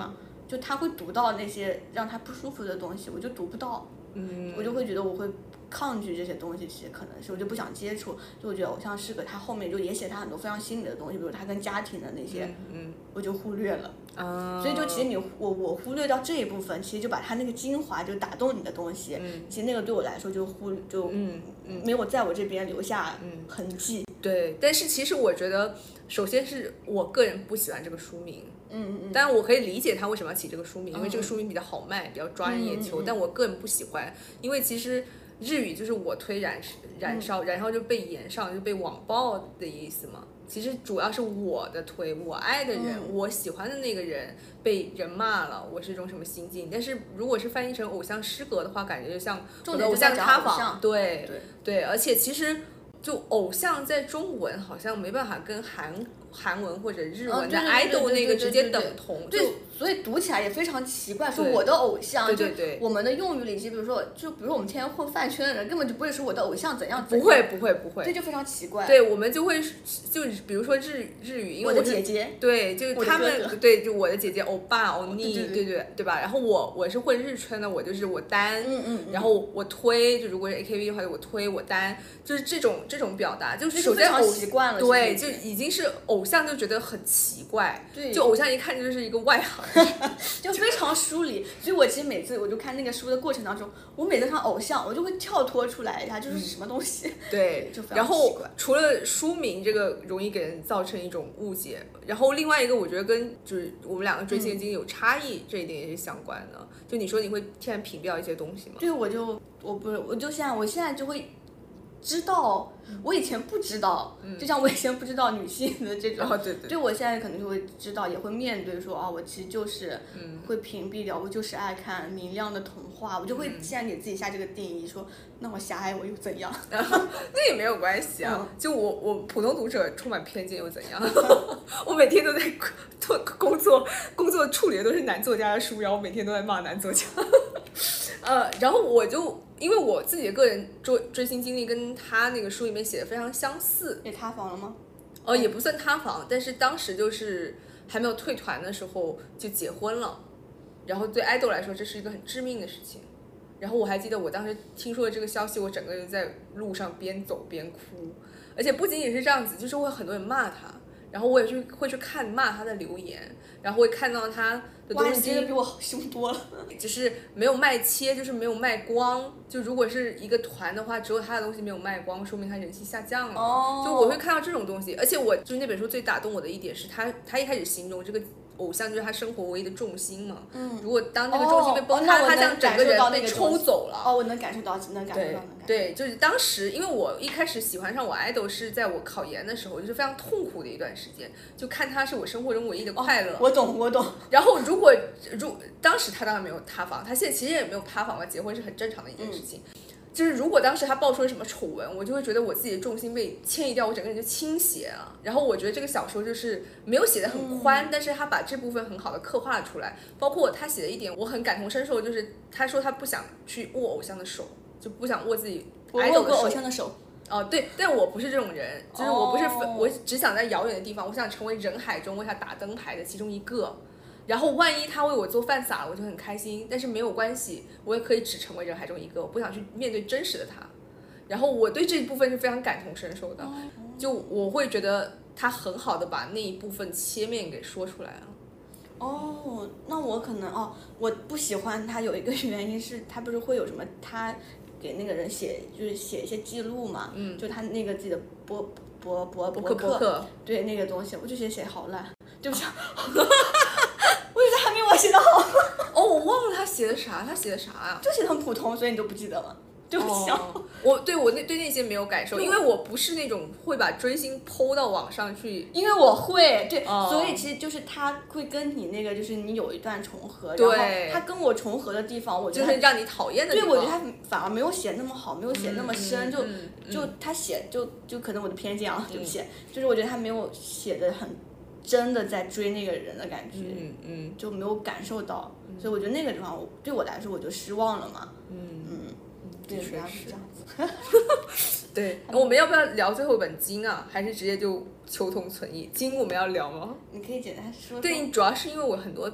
就他会读到那些让他不舒服的东西，我就读不到， 嗯， 我就会觉得我会抗拒这些东西，其实可能是我就不想接触，就我觉得偶像诗歌他后面就也写他很多非常心理的东西，比如他跟家庭的那些， 嗯，嗯我就忽略了， 啊， 所以就其实你我我忽略掉这一部分，其实就把他那个精华就打动你的东西， 嗯， 其实那个对我来说就忽就嗯嗯没有在我这边留下痕迹。 对，但是其实我觉得，首先是我个人不喜欢这个书名， 嗯嗯， 但我可以理解他为什么要起这个书名，因为这个嗯书名比较好卖，比较抓人眼球， 嗯嗯嗯但我个人不喜欢，因为其实日语就是我推燃燃烧，燃烧就被延上，就被网暴的意思嘛。其实主要是我的推，我爱的人， 嗯我喜欢的那个人被人骂了，我是一种什么心境？但是如果是翻译成偶像诗歌的话，感觉就像我的偶像塌房，对对对，而且其实就偶像在中文好像没办法跟韩韩文或者日文的 idol 那个直接等同， 对，所以读起来也非常奇怪。说对我的偶像， 对对对就我们的用语里，就比如说，就比如说我们天天混饭圈的人，根本就不会说我的偶像怎样怎样， 不会不会不会， 这就非常奇怪。 对，我们就会就比如说日日语，因为我的姐姐， 对，就是他们哥哥对，就我的姐姐欧巴欧尼， 对对对对吧？然后我我是混日圈的，我就是我单， 嗯嗯， 然后我推，就如果是 A K B 的话，我推我单，就是这种这种表达，就是首先偶习惯了， 对，就已经是偶像就觉得很奇怪， 对， 就偶像一看就是一个外行人， 就非常疏离。所以我其实每次我就看那个书的过程当中，我每次看偶像，我就会跳脱出来一下，就是什么东西。 嗯、对， 就非常然后除了书名这个容易给人造成一种误解，然后另外一个我觉得跟就是我们两个追星的经历有差异，嗯、这一点也是相关的。就你说你会天然屏蔽一些东西吗？ 对，我就我不我就现在我现在就会。知道，我以前不知道， 嗯、 就像我以前不知道女性的这种， 哦、对对， 对我现在可能就会知道，也会面对说啊，我其实就是嗯会屏蔽掉，我就是爱看明亮的童话，我就会现在给自己下这个定义，说那我狭隘我又怎样？ 那也没有关系啊， 嗯、 就我我普通读者充满偏见又怎样？我每天都在做工作，工作处理的都是男作家的书，然后我每天都在骂男作家。呃，然后我就因为我自己的个人追追星经历跟他那个书里面写的非常相似。 也塌房了吗？ 呃，也不算塌房，但是当时就是还没有退团的时候就结婚了，然后对爱豆来说这是一个很致命的事情。然后我还记得我当时听说了这个消息，我整个人在路上边走边哭，而且不仅仅是这样子，就是会很多人骂他。然后我也去会去看骂他的留言，然后会看到他的东西。 哇，你真的比我凶多了。 就是没有卖切，就是没有卖光。就如果是一个团的话，只有他的东西没有卖光，说明他人气下降了。 哦。 就我会看到这种东西，而且我就是那本书最打动我的一点是他，他一开始形容这个偶像就是他生活唯一的重心嘛。 嗯。 如果当这个重心被崩塌， 哦、 他像整个人被抽走了。 哦，我能感受到，能感受到，能感受到。 对，就是当时，因为我一开始喜欢上我爱豆是在我考研的时候，就是非常痛苦的一段时间，就看他是我生活中唯一的快乐。 哦、我懂，我懂。 然后如果如当时他当然没有塌房，他现在其实也没有塌房吧，结婚是很正常的一件事情。嗯、就是如果当时他爆出了什么丑闻，我就会觉得我自己的重心被迁移掉，我整个人就倾斜了。然后我觉得这个小说就是没有写得很宽，嗯、但是他把这部分很好的刻画了出来。包括他写的一点，我很感同身受，就是他说他不想去握偶像的手。就不想握自己爱豆的手，我握过偶像的手。 哦，对，但我不是这种人，就是我不是分， oh. 我只想在遥远的地方，我想成为人海中为他打灯牌的其中一个。然后万一他为我做饭撒了，我就很开心。但是没有关系，我也可以只成为人海中一个，我不想去面对真实的他。然后我对这一部分是非常感同身受的， oh. 就我会觉得他很好的把那一部分切面给说出来了。 哦、oh, 那我可能哦，我不喜欢他有一个原因是他不是会有什么他。给那个人写就是写一些记录嘛， 嗯， 就他那个自己的博博博博客博客， 对那个东西，我就觉得写好烂，对不起，我觉得还没我写的好。 哦，我忘了他写的啥，他写的啥呀、啊？ 就写的很普通，所以你都不记得了。对不起、 哦，我对我那对那些没有感受，因为我不是那种会把追星 po 到网上去， 因为我会对、 哦， 所以其实就是他会跟你那个就是你有一段重合， 对， 然后他跟我重合的地方，我觉得就是让你讨厌的地方，对，我觉得他反而没有写那么好，没有写那么深， 嗯、 就、 嗯、 就他写就就可能我的偏见啊， 嗯、 对不起，就是我觉得他没有写的很真的在追那个人的感觉， 嗯嗯， 就没有感受到， 嗯、 所以我觉得那个地方对我来说我就失望了嘛， 嗯嗯。 的确是这样子。 对，我们要不要聊最后一本经啊？还是直接就求同存异？经我们要聊吗？ 你可以简单说说。 对，主要是因为我很多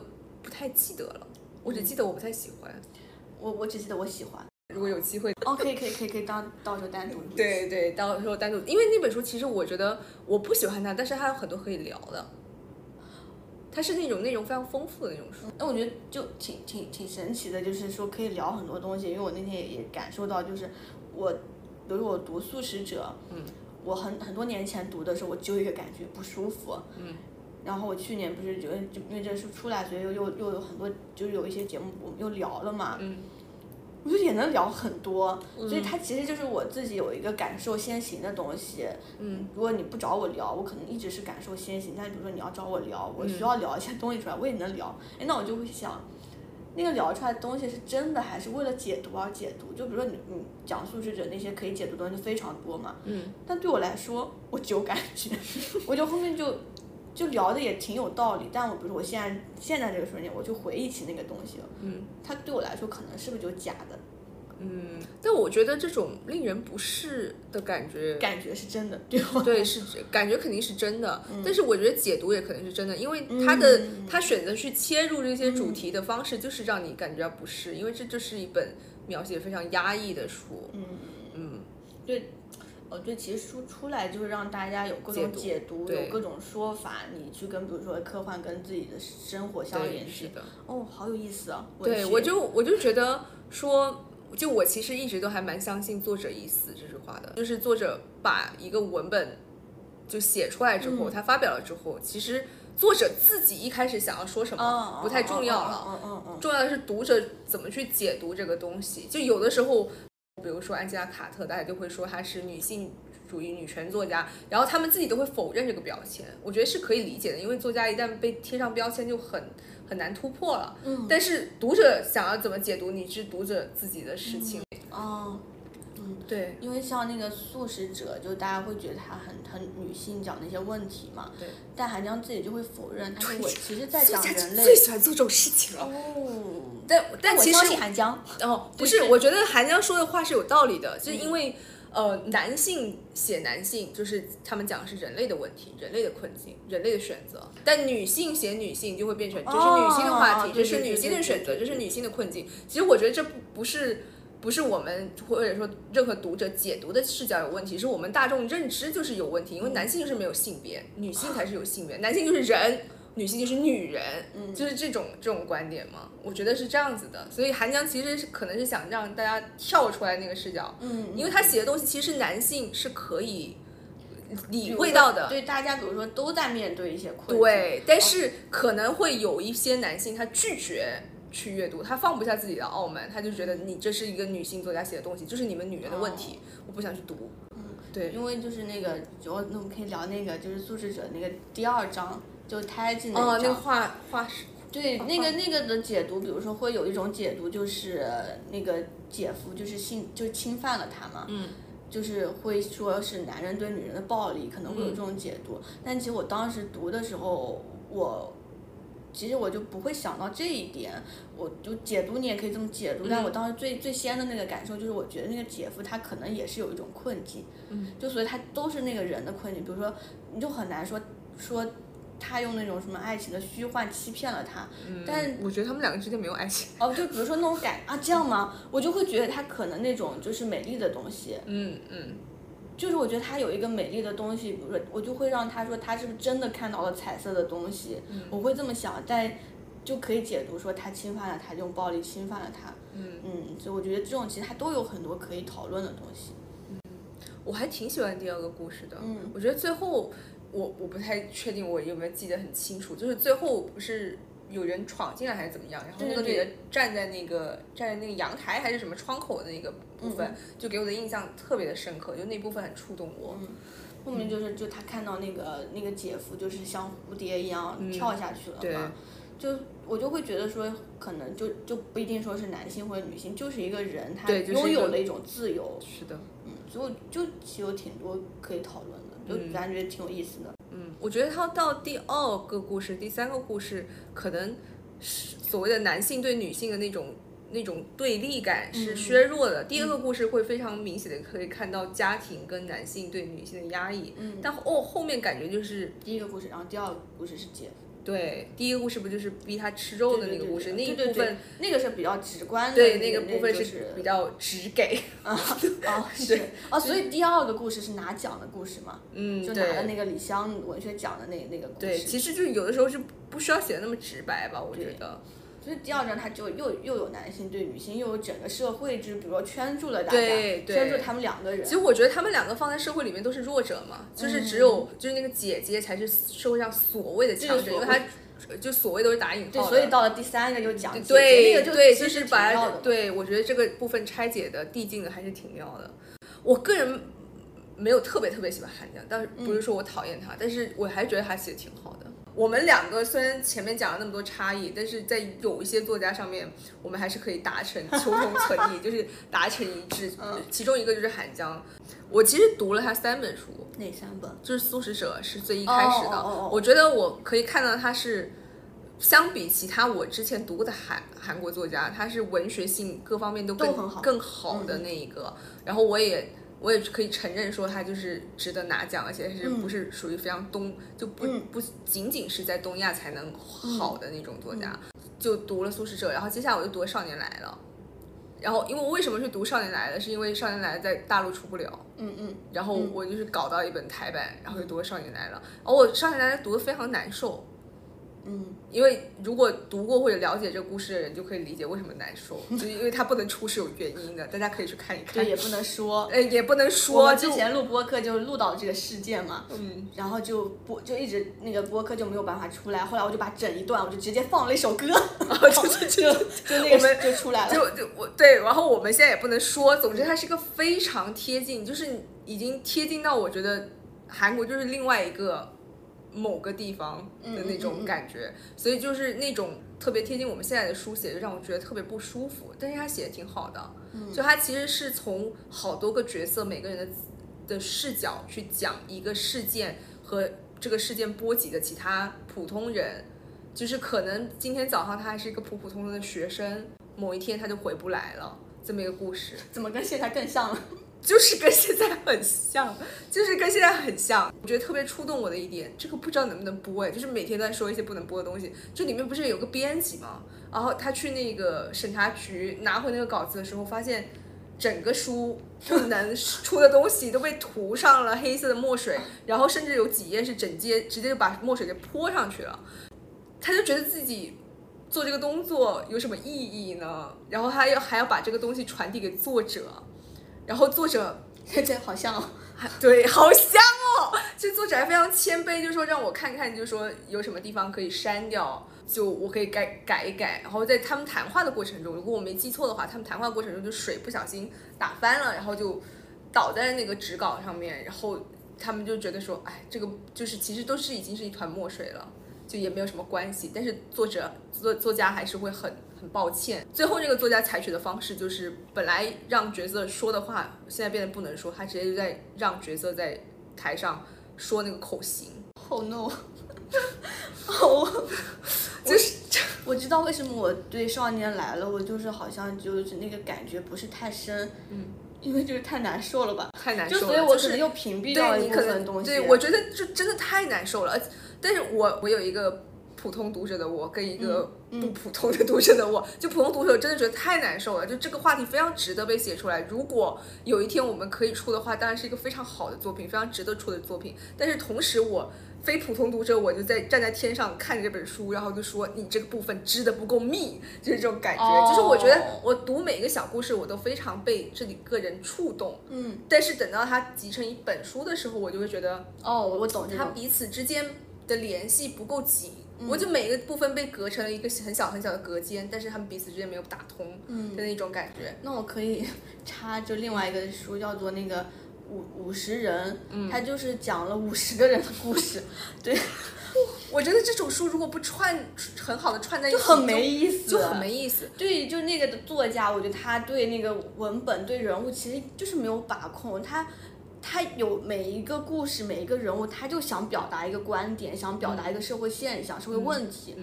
不太记得了，我只记得我不太喜欢。嗯、 我我只记得我喜欢。 如果有机会， 哦，可以可以可以可以当到时候单独。 对对，到时候单独，因为那本书其实我觉得我不喜欢它，但是它有很多可以聊的。它是那种内容非常丰富的那种书。 那我觉得就挺挺挺神奇的，就是说可以聊很多东西。因为我那天也也感受到，就是我，比如说我读《素食者》， 嗯， 我很很多年前读的时候，我就一个感觉不舒服， 嗯。 然后我去年不是就就因为这书出来，所以又又又有很多就是有一些节目我们又聊了嘛， 嗯， 我觉得也能聊很多， 嗯、 所以它其实就是我自己有一个感受先行的东西。 嗯， 如果你不找我聊，我可能一直是感受先行，但比如说你要找我聊，我需要聊一些东西出来，我也能聊。哎，那我就会想，那个聊出来的东西是真的还是为了解读而解读？就比如说你你讲素食者那些可以解读的东西非常多嘛， 嗯， 但对我来说，我只有感觉，我就后面就。就聊的也挺有道理，但我比如说我现在现在这个瞬间，我就回忆起那个东西了， 嗯， 它对我来说可能是不是就假的？ 嗯，但我觉得这种令人不适的感觉， 感觉是真的，对吧？ 对，是感觉肯定是真的， 嗯、 但是我觉得解读也可能是真的，因为他的、 嗯、 他选择去切入这些主题的方式，就是让你感觉到不适，因为这就是一本描写非常压抑的书。 嗯嗯， 对。哦，对，其实书出来就是让大家有各种解读， 解读有各种说法，你去跟比如说科幻跟自己的生活相联系。 的。 哦，好有意思啊！ 对，我就我就觉得说，就我其实一直都还蛮相信作者已死这句话的，就是作者把一个文本就写出来之后， 嗯、 他发表了之后，其实作者自己一开始想要说什么、 哦、 不太重要了， 嗯嗯嗯， 重要的是读者怎么去解读这个东西。就有的时候。比如说安吉拉·卡特，大家就会说她是女性主义女权作家，然后他们自己都会否认这个标签，我觉得是可以理解的，因为作家一旦被贴上标签就很很难突破了。 嗯， 但是读者想要怎么解读，你是读者自己的事情。 嗯、哦，嗯， 对， 因为像那个素食者，就大家会觉得他很很女性讲那些问题嘛， 对， 但韩江自己就会否认，他说我其实在讲人类， 最喜欢做这种事情了。 哦。 但但其实我相信韩江哦，不是，我觉得韩江说的话是有道理的，就是因为、嗯、呃，男性写男性，就是他们讲的是人类的问题、人类的困境、人类的选择，但女性写女性就会变成这是女性的话题， 哦、 这是女性的选择，这是女性的困境。其实我觉得这不不是不是我们或者说任何读者解读的视角有问题，是我们大众认知就是有问题，因为男性就是没有性别，女性才是有性别，男性就是人。女性就是女人， 嗯、 就是这种这种观点嘛，我觉得是这样子的。所以韩江其实是可能是想让大家跳出来那个视角， 嗯， 因为他写的东西其实男性是可以理会到的。 对，大家比如说都在面对一些困境， 对，但是可能会有一些男性他拒绝去阅读，他放不下自己的傲慢，他就觉得你这是一个女性作家写的东西，就是你们女人的问题，哦、我不想去读。 嗯， 对， 因为就是那个，我那我们可以聊那个就是素食者那个第二章。就胎记那一章， 哦，那个画画是， 对，那个那个的解读，比如说会有一种解读，就是那个姐夫就是性就侵犯了他嘛， 嗯， 就是会说是男人对女人的暴力，可能会有这种解读。嗯、但其实我当时读的时候，我其实我就不会想到这一点，我就解读你也可以这么解读，嗯、但我当时最最先的那个感受就是，我觉得那个姐夫他可能也是有一种困境， 嗯， 就所以他都是那个人的困境，比如说你就很难说说。他用那种什么爱情的虚幻欺骗了他， 嗯、 但我觉得他们两个之间没有爱情。 哦，就比如说那种感啊，这样吗？我就会觉得他可能那种就是美丽的东西， 嗯嗯， 就是我觉得他有一个美丽的东西，比如说我就会让他说他是不是真的看到了彩色的东西， 嗯、 我会这么想，但就可以解读说他侵犯了他，用暴力侵犯了他， 嗯嗯，所以我觉得这种其实他都有很多可以讨论的东西。 嗯，我还挺喜欢第二个故事的， 嗯， 我觉得最后。我我不太确定我有没有记得很清楚，就是最后不是有人闯进来还是怎么样，然后那个女的站在那个站在那个阳台还是什么窗口的那个部分， 嗯、 就给我的印象特别的深刻，就那部分很触动我。 嗯，后面就是就他看到那个那个姐夫就是像蝴蝶一样跳下去了嘛， 嗯、 就我就会觉得说可能就就不一定说是男性或者女性，就是一个人他对拥有了一种自由。 是的， 嗯，所以就其实有挺多可以讨论的。就感觉挺有意思的。 嗯，我觉得他到第二个故事、第三个故事，可能是所谓的男性对女性的那种那种对立感是削弱的。嗯、第二个故事会非常明显的可以看到家庭跟男性对女性的压抑。 嗯， 但哦后面感觉就是第一个故事，然后第二个故事是姐夫。 对，第一个故事不就是逼他吃肉的那个故事， 对对对对那一部分那个是比较直观的， 对， 那个部分是比较直给啊啊是哦，所以第二个故事是拿奖的故事嘛， 嗯， 就拿了那个李湘文学奖的那那个故事。 对，其实就是有的时候是不需要写的那么直白吧，我觉得。 所以第二章它就又又有男性对女性，又有整个社会，就是比如说圈住了大家， 对对圈住他们两个人。 其实我觉得他们两个放在社会里面都是弱者嘛，就是只有、嗯、就是那个姐姐才是社会上所谓的强者，因为她就所谓都是打引号的。 对，所以到了第三个就讲姐姐， 对那个就对，就是把它对，我觉得这个部分拆解的递进的还是挺妙的。我个人没有特别特别喜欢韩江，但是不是说我讨厌他、嗯，但是我还是觉得他写的挺好的。我们两个虽然前面讲了那么多差异，但是在有一些作家上面，我们还是可以达成求同存异，就是达成一致。嗯，其中一个就是韩江，我其实读了他三本书。 哪三本？ 就是《素食者》是最一开始的。 哦哦哦、 我觉得我可以看到他是，相比其他我之前读过的韩韩国作家，他是文学性各方面都更都很好更好的那一个。嗯、然后我也。我也可以承认说他就是值得拿奖，而且是不是属于非常东、嗯、就不不仅仅是在东亚才能好的那种作家、嗯、就读了《素食者》，然后接下来我就读了《少年来了》，然后因为我为什么去读《少年来了》，是因为《少年来了》在大陆出不了， 嗯嗯， 然后我就是搞到一本台版，然后就读了《少年来了》，而我《少年来了》读得非常难受。嗯，因为如果读过或者了解这个故事的人就可以理解为什么难受，就因为它不能出是有原因的，大家可以去看一看。 对，也不能说， 呃，也不能说。 我之前录播客就录到这个事件嘛， 嗯， 然后就播就一直那个播客就没有办法出来，后来我就把整一段我就直接放了一首歌，然后就就就那个就出来了。 就就我对，然后我们现在也不能说，总之它是一个非常贴近，就是已经贴近到我觉得韩国就是另外一个。某个地方的那种感觉、嗯嗯嗯、所以就是那种特别贴近我们现在的书写就让我觉得特别不舒服，但是他写的挺好的、嗯、就他其实是从好多个角色每个人的的视角去讲一个事件和这个事件波及的其他普通人，就是可能今天早上他还是一个普普通通的学生，某一天他就回不来了，这么一个故事。 怎么跟现在更像了？ 就是跟现在很像，就是跟现在很像。我觉得特别触动我的一点，这个不知道能不能播哎，就是每天都在说一些不能播的东西。这里面不是有个编辑吗？然后他去那个审查局拿回那个稿子的时候，发现整个书不能出的东西都被涂上了黑色的墨水，然后甚至有几页是整接直接就把墨水给泼上去了。他就觉得自己做这个动作有什么意义呢？然后他要还要把这个东西传递给作者。然后作者这好像哦， 对，好像哦，就作者还非常谦卑，就说让我看看，就说有什么地方可以删掉，就我可以改改一改。然后在他们谈话的过程中，如果我没记错的话，他们谈话过程中就水不小心打翻了，然后就倒在那个纸稿上面，然后他们就觉得说，哎，这个就是其实都是已经是一团墨水了，就也没有什么关系。但是作者作作家还是会很。很抱歉，最后这个作家采取的方式就是本来让角色说的话现在变得不能说，他直接就在让角色在台上说那个口型。 Oh no 哦，就是我知道为什么我对少年来了我就是好像就是那个感觉不是太深，嗯，因为就是太难受了吧， 太难受了， 就所以我可能又屏蔽掉一部分东西。 对，我觉得就真的太难受了。但是我我有一个普通读者的我跟一个不普通的读者的我、嗯嗯、就普通读者真的觉得太难受了，就这个话题非常值得被写出来，如果有一天我们可以出的话，当然是一个非常好的作品，非常值得出的作品。但是同时我非普通读者，我就在站在天上看着这本书，然后就说你这个部分织的不够密，就是这种感觉、哦、就是我觉得我读每个小故事我都非常被这里个人触动，嗯，但是等到它集成一本书的时候，我就会觉得哦，我懂， 它彼此之间的联系不够紧，我就每个部分被隔成了一个很小很小的隔间，但是他们彼此之间没有打通的那种感觉、 嗯、那我可以插就另外一个书叫做那个五五十人、嗯、它就是讲了五十个人的故事对， 我觉得这种书如果不串很好的串在一起就很没意思， 就很没意思。 对，就那个作家我觉得他对那个文本对人物其实就是没有把控，他他有每一个故事每一个人物他就想表达一个观点，想表达一个社会现象、嗯、社会问题、嗯嗯、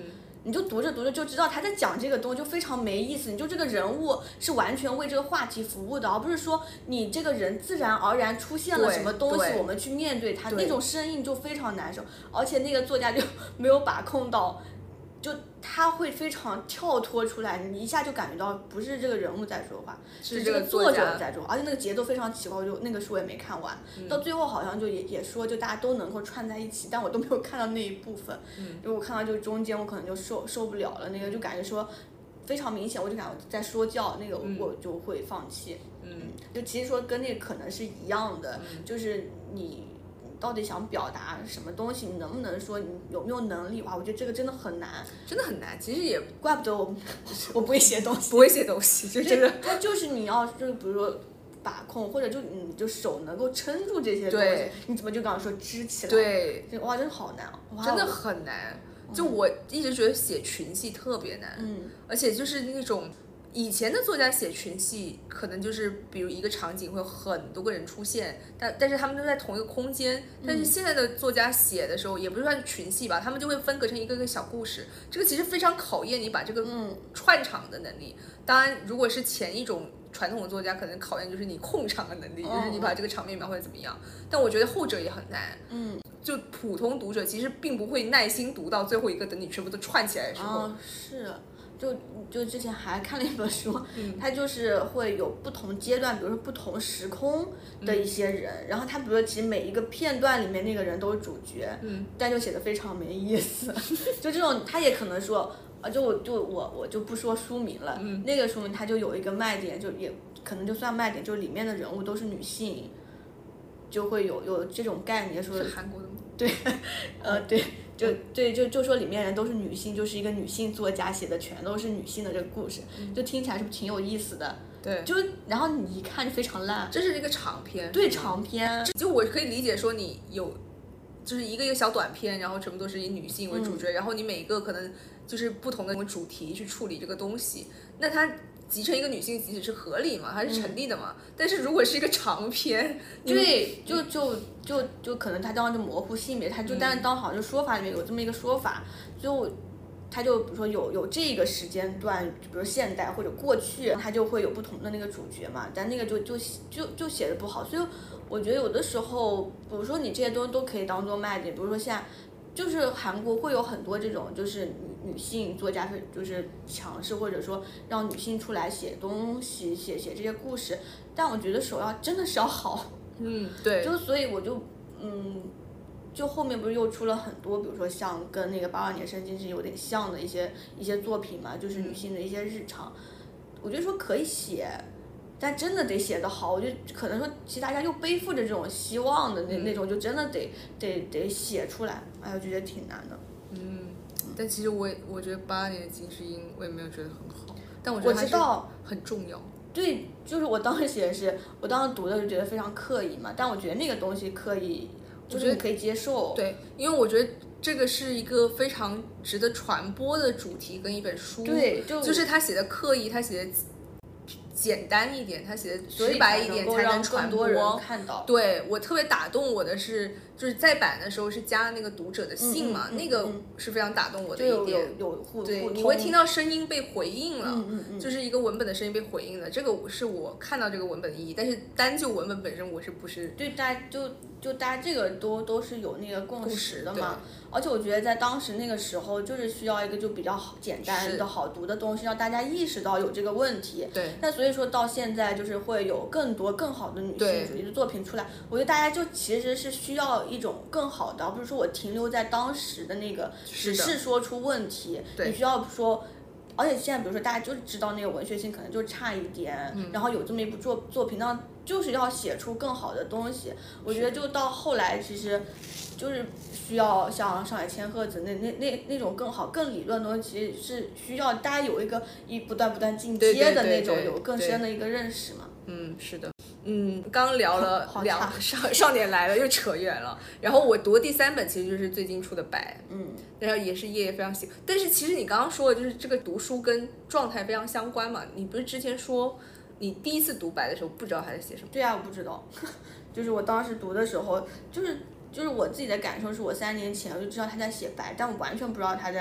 你就读着读着就知道他在讲这个东西，就非常没意思。你就这个人物是完全为这个话题服务的，而不是说你这个人自然而然出现了什么东西，我们去面对它，那种生硬就非常难受。而且那个作家就没有把控到，就他会非常跳脱出来，你一下就感觉到不是这个人物在说话， 是这个作者在说话，而且那个节奏非常奇怪。我就那个书也没看完， 嗯、 到最后好像就也也说就大家都能够串在一起，但我都没有看到那一部分。 嗯， 因为我看到就中间我可能就受受不了了，那个就感觉说非常明显，我就感觉在说教，那个我就会放弃。 嗯， 就其实说跟那个可能是一样的， 嗯、 就是你。到底想表达什么东西？你能不能说你有没有能力？哇，我觉得这个真的很难， 真的很难。其实也怪不得我，我不会写东西， 不会写东西，就真的。 它就是你要就是比如说把控，或者就你就手能够撑住这些东西，你怎么就刚刚说支起来？ 对， 哇，真的好难，哇真的很难。就我一直觉得写群戏特别难， 嗯， 而且就是那种。以前的作家写群戏，可能就是比如一个场景会有很多个人出现，但但是他们都在同一个空间。但是现在的作家写的时候，也不是算群戏吧，他们就会分隔成一个个小故事。这个其实非常考验你把这个串场的能力。当然，如果是前一种传统的作家，可能考验就是你控场的能力，就是你把这个场面描绘怎么样。但我觉得后者也很难。 嗯， 就普通读者其实并不会耐心读到最后一个，等你全部都串起来的时候。 哦，是。就就之前还看了一本书， 嗯、 它就是会有不同阶段，比如说不同时空的一些人，嗯、然后他比如说其实每一个片段里面那个人都是主角， 嗯， 但就写的非常没意思。就这种他也可能说，啊，就我就我我就不说书名了， 嗯， 那个书名它就有一个卖点，就也可能就算卖点，就里面的人物都是女性，就会有有这种概念说。 是韩国的吗？ 对，呃对。就对，就就说里面人都是女性，就是一个女性作家写的，全都是女性的这个故事， 嗯、 就听起来是不是挺有意思的？ 对， 就然后你一看就非常烂。 这是一个长篇， 对，长篇。 就我可以理解说你有，就是一个一个小短篇，然后全部都是以女性为主角，嗯、然后你每一个可能就是不同的主题去处理这个东西，那它。集成一个女性集体是合理嘛，还是成立的嘛？嗯、但是如果是一个长篇， 对，就就就就可能他当时就模糊性别，他就、嗯、但是当好像就说法里面有这么一个说法，就他就比如说有有这个时间段，比如现代或者过去，他就会有不同的那个主角嘛，但那个就就就就写的不好，所以我觉得有的时候，比如说你这些东西都可以当做卖点，比如说现在。就是韩国会有很多这种，就是女女性作家，就是强势或者说让女性出来写东西、写写这些故事，但我觉得首要真的是要好， 嗯，对， 就所以我就嗯，就后面不是又出了很多，比如说像跟那个八二年生金是有点像的一些一些作品嘛，就是女性的一些日常，嗯、我觉得说可以写。但真的得写得好，我觉得可能说，其实大家又背负着这种希望的那、嗯、那种，就真的得得得写出来，哎，我觉得挺难的。 嗯，但其实我也我觉得八年的金智英我也没有觉得很好，但我觉得它是很重要。 对，就是我当时写的是，我当时读的就觉得非常刻意嘛，但我觉得那个东西可以，就是你可以接受。 对，因为我觉得这个是一个非常值得传播的主题跟一本书。 对， 就就是他写的刻意，他写的。简单一点，他写的直白一点才能传播。 看到， 对，我特别打动我的是，就是再版的时候是加那个读者的信嘛， 嗯嗯嗯、 那个是非常打动我的一点。 有有互对，你会听到声音被回应了， 嗯嗯嗯、 就是一个文本的声音被回应了，这个是我看到这个文本的意义。但是单就文本本身，我是不是对大家就就大家这个都都是有那个共识的嘛。而且我觉得在当时那个时候，就是需要一个就比较好简单的好读的东西，让大家意识到有这个问题。 对。 那所以说到现在，就是会有更多更好的女性主义的作品出来。我觉得大家就其实是需要一种更好的，而不是说我停留在当时的那个，只是说出问题。 对。 你需要说。而且现在，比如说大家就是知道那个文学性可能就差一点， 嗯、 然后有这么一部作作品，那就是要写出更好的东西。我觉得就到后来，其实就是需要像上海千鹤子那那那那种更好、更理论的东西，其实是需要大家有一个一不断不断进阶的那种，有更深的一个认识嘛。 嗯，是的。嗯，刚聊了两少少年来了，又扯远了。然后我读的第三本其实就是最近出的《白》， 嗯， 然后也是叶叶非常喜欢。但是其实你刚刚说的就是这个读书跟状态非常相关嘛。你不是之前说你第一次读《白》的时候不知道他在写什么？ 对啊，我不知道，就是我当时读的时候，就是就是我自己的感受是我三年前我就知道他在写《白》，但我完全不知道他在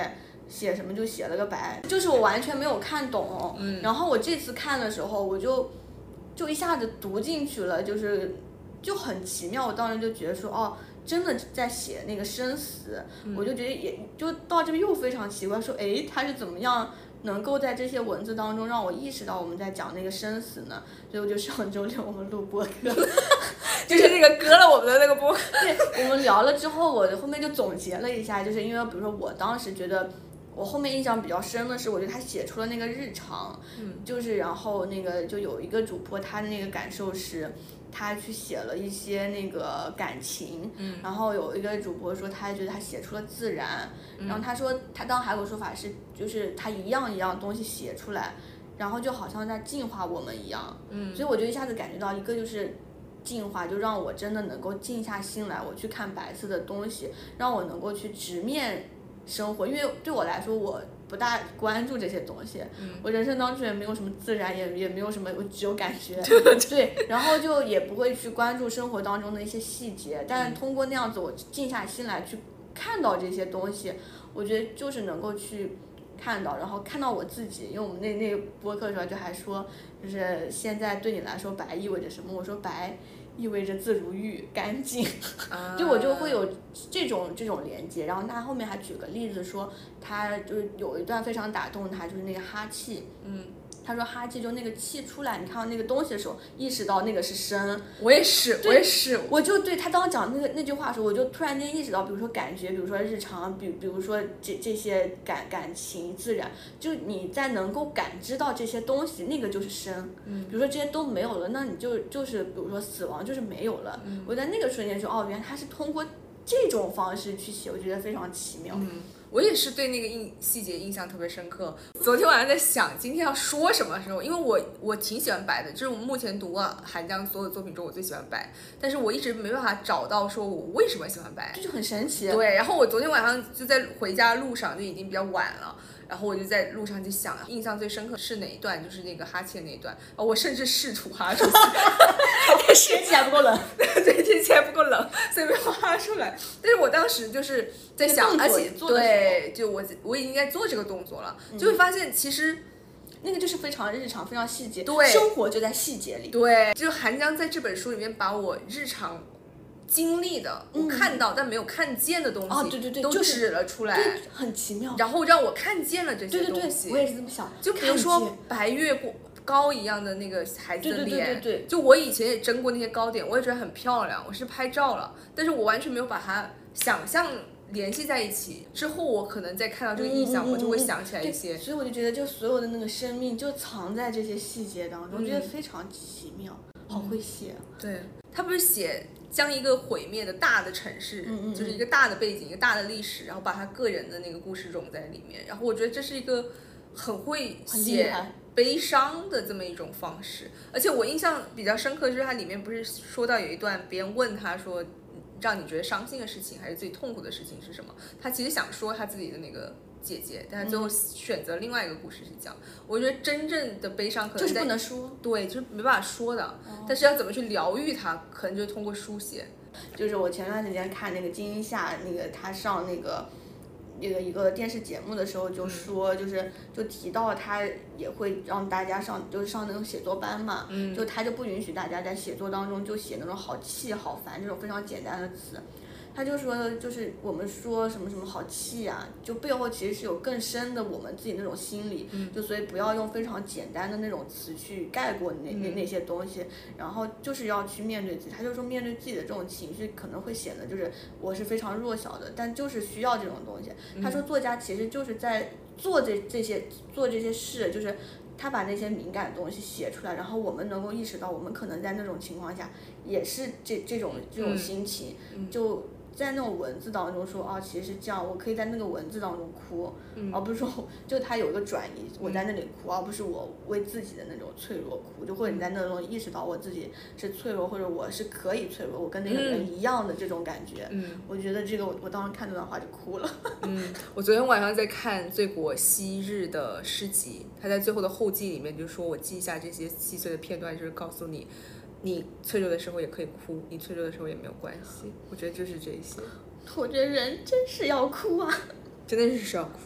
写什么就写了个白，就是我完全没有看懂。嗯，然后我这次看的时候，我就就一下子读进去了，就是就很奇妙。我当时就觉得说，哦，真的在写那个生死，嗯、我就觉得也就到这边又非常奇怪，说，哎，他是怎么样能够在这些文字当中让我意识到我们在讲那个生死呢？所以我就上周六我们录播客。 就是那个割了我们的那个播客， 对，我们聊了之后，我后面就总结了一下，就是因为比如说我当时觉得，我后面印象比较深的是，我觉得他写出了那个日常，嗯，就是然后那个就有一个主播，他的那个感受是，他去写了一些那个感情，嗯，然后有一个主播说他觉得他写出了自然，嗯、然后他说他当时还有个说法是，就是他一样一样东西写出来，然后就好像在净化我们一样，嗯，所以我就一下子感觉到一个就是净化，就让我真的能够静下心来，我去看白色的东西，让我能够去直面生活，因为对我来说我不大关注这些东西，嗯、我人生当中也没有什么自然，也也没有什么，我只有感觉，对，然后就也不会去关注生活当中的一些细节，但是通过那样子我静下心来去看到这些东西，我觉得就是能够去看到，然后看到我自己，因为我们那那个播客的时候就还说，就是现在对你来说白意味着什么？我说白意味着自如玉干净，啊、就我就会有这种这种连接。然后他后面还举个例子说，他就是有一段非常打动他，就是那个哈气，嗯。他说哈气就那个气出来，你看到那个东西的时候，意识到那个是生。 我也是，我也是。 我就对他当时讲那个那句话的时候，我就突然间意识到，比如说感觉，比如说日常，比比如说这这些感感情自然，就你在能够感知到这些东西，那个就是生。嗯。比如说这些都没有了，那你就就是比如说死亡就是没有了。嗯。我在那个瞬间说，哦，原来他是通过这种方式去写，我觉得非常奇妙。 嗯。我也是对那个印细节印象特别深刻。昨天晚上在想今天要说什么的时候，因为我我挺喜欢白的，就是我目前读过韩江所有作品中我最喜欢白，但是我一直没办法找到说我为什么喜欢白， 这就很神奇。 对，然后我昨天晚上就在回家路上，就已经比较晚了。然后我就在路上就想，印象最深刻是哪一段？就是那个哈气的那一段。哦，我甚至试图哈出来， 天气还不够冷， 对，天气还不够冷，所以没有哈出来。但是我当时就是在想，而且对，就我我已经在做这个动作了，嗯、就会发现其实那个就是非常日常、非常细节， 对， 生活就在细节里。 对，就韩江在这本书里面把我日常经历的，我看到、嗯、但没有看见的东西， 啊，对对对， 都指了出来， 就是、很奇妙。 然后让我看见了这些东西。 对对对，我也是这么想。 就比如说白月过糕一样的那个孩子的脸， 对对对对对， 就我以前也蒸过那些糕点，我也觉得很漂亮，我是拍照了，但是我完全没有把它想象联系在一起。之后我可能再看到这个意象，嗯、我就会想起来一些。 所以我就觉得，就所有的那个生命就藏在这些细节当中，嗯、我觉得非常奇妙，好会写。 对，他不是写将一个毁灭的大的城市， 嗯嗯嗯就是一个大的背景，一个大的历史，然后把他个人的那个故事融在里面。然后我觉得这是一个很会写悲伤的这么一种方式。而且我印象比较深刻就是它里面不是说到有一段别人问他说，让你觉得伤心的事情还是最痛苦的事情是什么？他其实想说他自己的那个姐姐，但他最后选择另外一个故事去讲。嗯、我觉得真正的悲伤可能就是不能说， 对，就是没办法说的。哦、但是要怎么去疗愈它，可能就是通过书写。 就是我前段时间看那个金一夏，那个他上那个那个一个电视节目的时候，就说就是就提到他也会让大家上就是上那种写作班嘛，嗯，就他就不允许大家在写作当中就写那种好气好烦这种非常简单的词。他就说，就是我们说什么什么好气啊，就背后其实是有更深的我们自己那种心理，嗯、就所以不要用非常简单的那种词去盖过那那那些东西，然后就是要去面对自己。他就说面对自己的这种情绪可能会显得就是我是非常弱小的，但就是需要这种东西。他说作家其实就是在做这这些做这些事，就是他把那些敏感的东西写出来，然后我们能够意识到我们可能在那种情况下也是这这种这种心情，嗯、就。在那种文字当中说啊，其实是这样，我可以在那个文字当中哭，嗯、而不是说就他有一个转移，我在那里哭，嗯、而不是我为自己的那种脆弱哭，就或者你在那种意识到我自己是脆弱，或者我是可以脆弱，我跟那个人一样的这种感觉。嗯，我觉得这个我我当时看这段话就哭了。 嗯，我昨天晚上在看醉果昔日的诗集，他在最后的后记里面就说，我记一下这些细碎的片段，就是告诉你。你脆弱的时候也可以哭，你脆弱的时候也没有关系。我觉得就是这些。 我觉得人真是要哭啊， 真的是需要哭。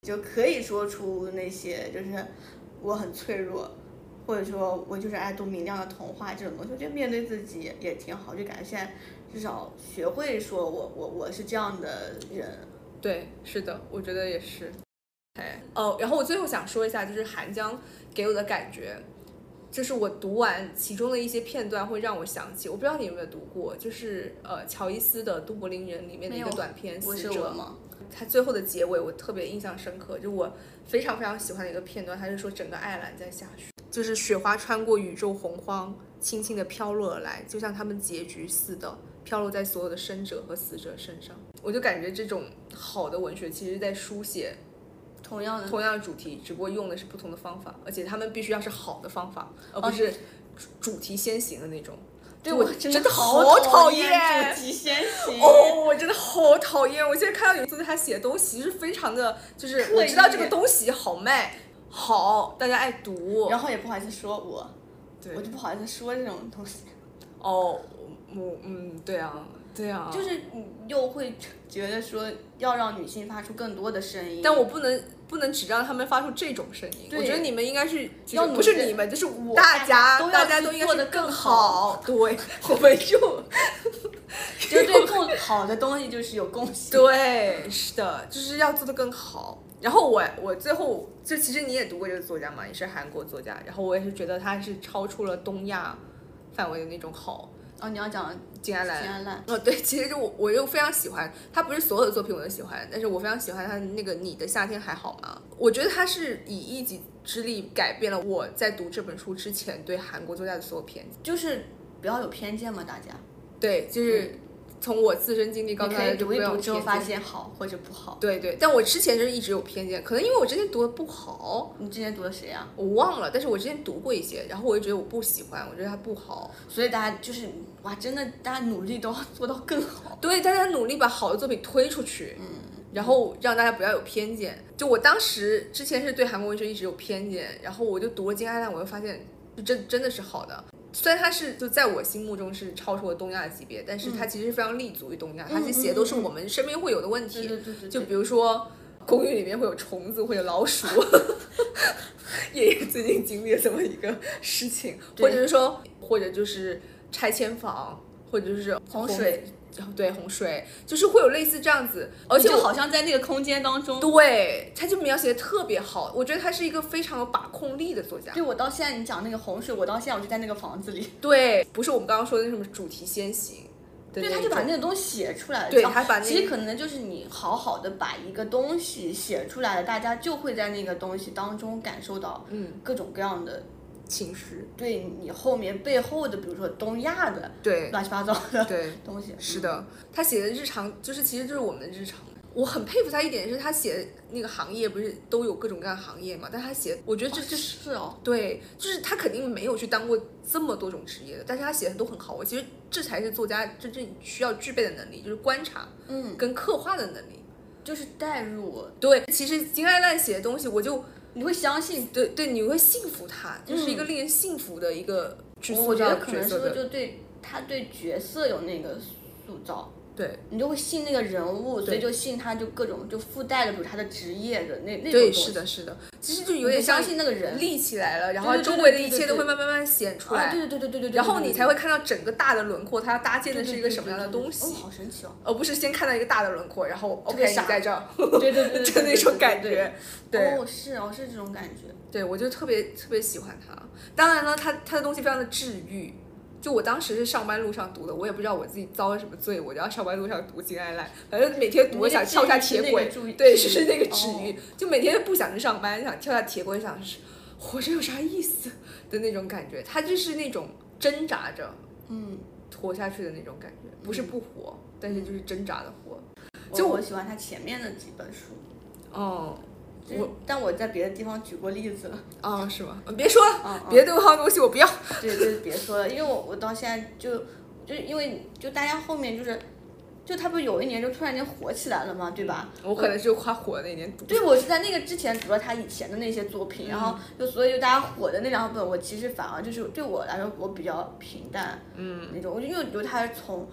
就可以说出那些就是我很脆弱，或者说我就是爱读明亮的童话这种东西，我觉得面对自己也挺好，就感觉现在至少学会说我我我是这样的人。 对，是的，我觉得也是。哎，哦，然后我最后想说一下，就是韩江给我的感觉，就是我读完其中的一些片段会让我想起，我不知道你有没有读过，就是呃乔伊斯的《都柏林人》里面的一个短片《死者》吗？它最后的结尾我特别印象深刻，就我非常非常喜欢的一个片段，它是说整个爱尔兰在下雪，就是雪花穿过宇宙洪荒，轻轻地飘落而来，就像他们结局似的，飘落在所有的生者和死者身上。我就感觉这种好的文学其实在书写同样的同样的主题，只不过用的是不同的方法，而且他们必须要是好的方法，而不是主题先行的那种。 对，我真的好讨厌主题先行哦，我真的好讨厌。我现在看到有作者他写的东西是非常的，就是我知道这个东西好卖，好大家爱读， 然后也不好意思说我， 对， 我就不好意思说这种东西。 哦，我嗯，对啊。对啊， 就是你又会觉得说要让女性发出更多的声音， 但我不能不能只让他们发出这种声音。我觉得你们应该是， 要不是你们，就是我， 大家， 大家都应该做得更好。 对，我们就就对更好的东西就是有贡献。 对，是的，就是要做得更好。然后我我最后就其实你也读过这个作家嘛，也是韩国作家，然后我也是觉得他是超出了东亚范围的那种好。 哦，你要讲金安兰， 金安兰， 哦，对，其实就我我又非常喜欢他，不是所有的作品我都喜欢，但是我非常喜欢他的那个《你的夏天还好吗》。我觉得他是以一己之力改变了我在读这本书之前对韩国作家的所有偏见， 就是不要有偏见嘛，大家。 对，就是从我自身经历告诉大家，就不要有偏见。 你可以读一读之后发现好或者不好。 对对，但我之前就是一直有偏见，可能因为我之前读的不好。 你之前读的谁啊？ 我忘了，但是我之前读过一些，然后我就觉得我不喜欢，我觉得它不好。 所以大家就是哇，真的大家努力都要做到更好。 对，大家努力把好的作品推出去，嗯，然后让大家不要有偏见。就我当时之前是对韩国文学一直有偏见，然后我就读了金安兰，我就发现就真真的是好的。虽然他是就在我心目中是超出了东亚的级别，但是他其实非常立足于东亚，他、嗯、写的都是我们身边会有的问题， 对对对对， 就比如说公寓里面会有虫子，会有老鼠。爷爷最近经历了这么一个事情，或者是说，或者就是拆迁房，或者就是洪水。 对，洪水就是会有类似这样子，而且就好像在那个空间当中， 对，他就描写的特别好，我觉得他是一个非常有把控力的作家。 对，我到现在你讲那个洪水，我到现在我就在那个房子里。 对，不是我们刚刚说的那什么主题先行， 对，他就把那个东西写出来了。 对，他把、那个、 其实可能就是你好好的把一个东西写出来了，大家就会在那个东西当中感受到嗯各种各样的。 情绪， 对你后面背后的，比如说东亚的， 对乱七八糟的对东西， 是的，他写的日常就是其实就是我们的日常。我很佩服他一点是他写的那个行业不是都有各种各样的行业嘛，但他写，我觉得这这是哦， 对，就是他肯定没有去当过这么多种职业的，但是他写的都很好。我其实这才是作家真正需要具备的能力，就是观察，嗯，跟刻画的能力， 就是代入。 对，其实金爱烂写的东西，我就。 你会相信， 对对，你会信服他，就是一个令人信服的一个去塑造角色的。我觉得可能是就对他对角色有那个塑造， 对你就会信那个人物，所以就信他，就各种就附带了，比如他的职业的那那种东西。 对，是的，是的，其实就有点相信那个人立起来了，然后周围的一切都会慢慢慢显出来。 对对对对对对。 然后你才会看到整个大的轮廓，它搭建的是一个什么样的东西。 哦，好神奇哦！ 而不是先看到一个大的轮廓，然后 OK 你在这儿， 对对对， 就那种感觉。对， 哦，是哦，是这种感觉。 对，我就特别特别喜欢他。当然呢，他他的东西非常的治愈。就我当时是上班路上读的，我也不知道我自己遭了什么罪，我就要上班路上读金爱烂，反正每天读我想跳下铁轨，对，是那个治愈，哦、就每天不想去上班，想跳下铁轨，想是活着有啥意思的那种感觉。他就是那种挣扎着，嗯，活下去的那种感觉，不是不活，嗯、但是就是挣扎的活。 就 我, 我喜欢他前面的几本书， 哦。 我但我在别的地方举过例子了啊、哦，是吗？别说了，嗯、别的地方东西我不要。 对对，别说了，因为我我到现在就就因为就大家后面就是，就他不是有一年就突然间火起来了嘛，对吧？ 我可能是他火的那年读。 对，我是在那个之前读了他以前的那些作品，嗯、然后就所以就大家火的那两本，我其实反而就是对我来说我比较平淡，嗯，那种，我就因为我觉得他是从。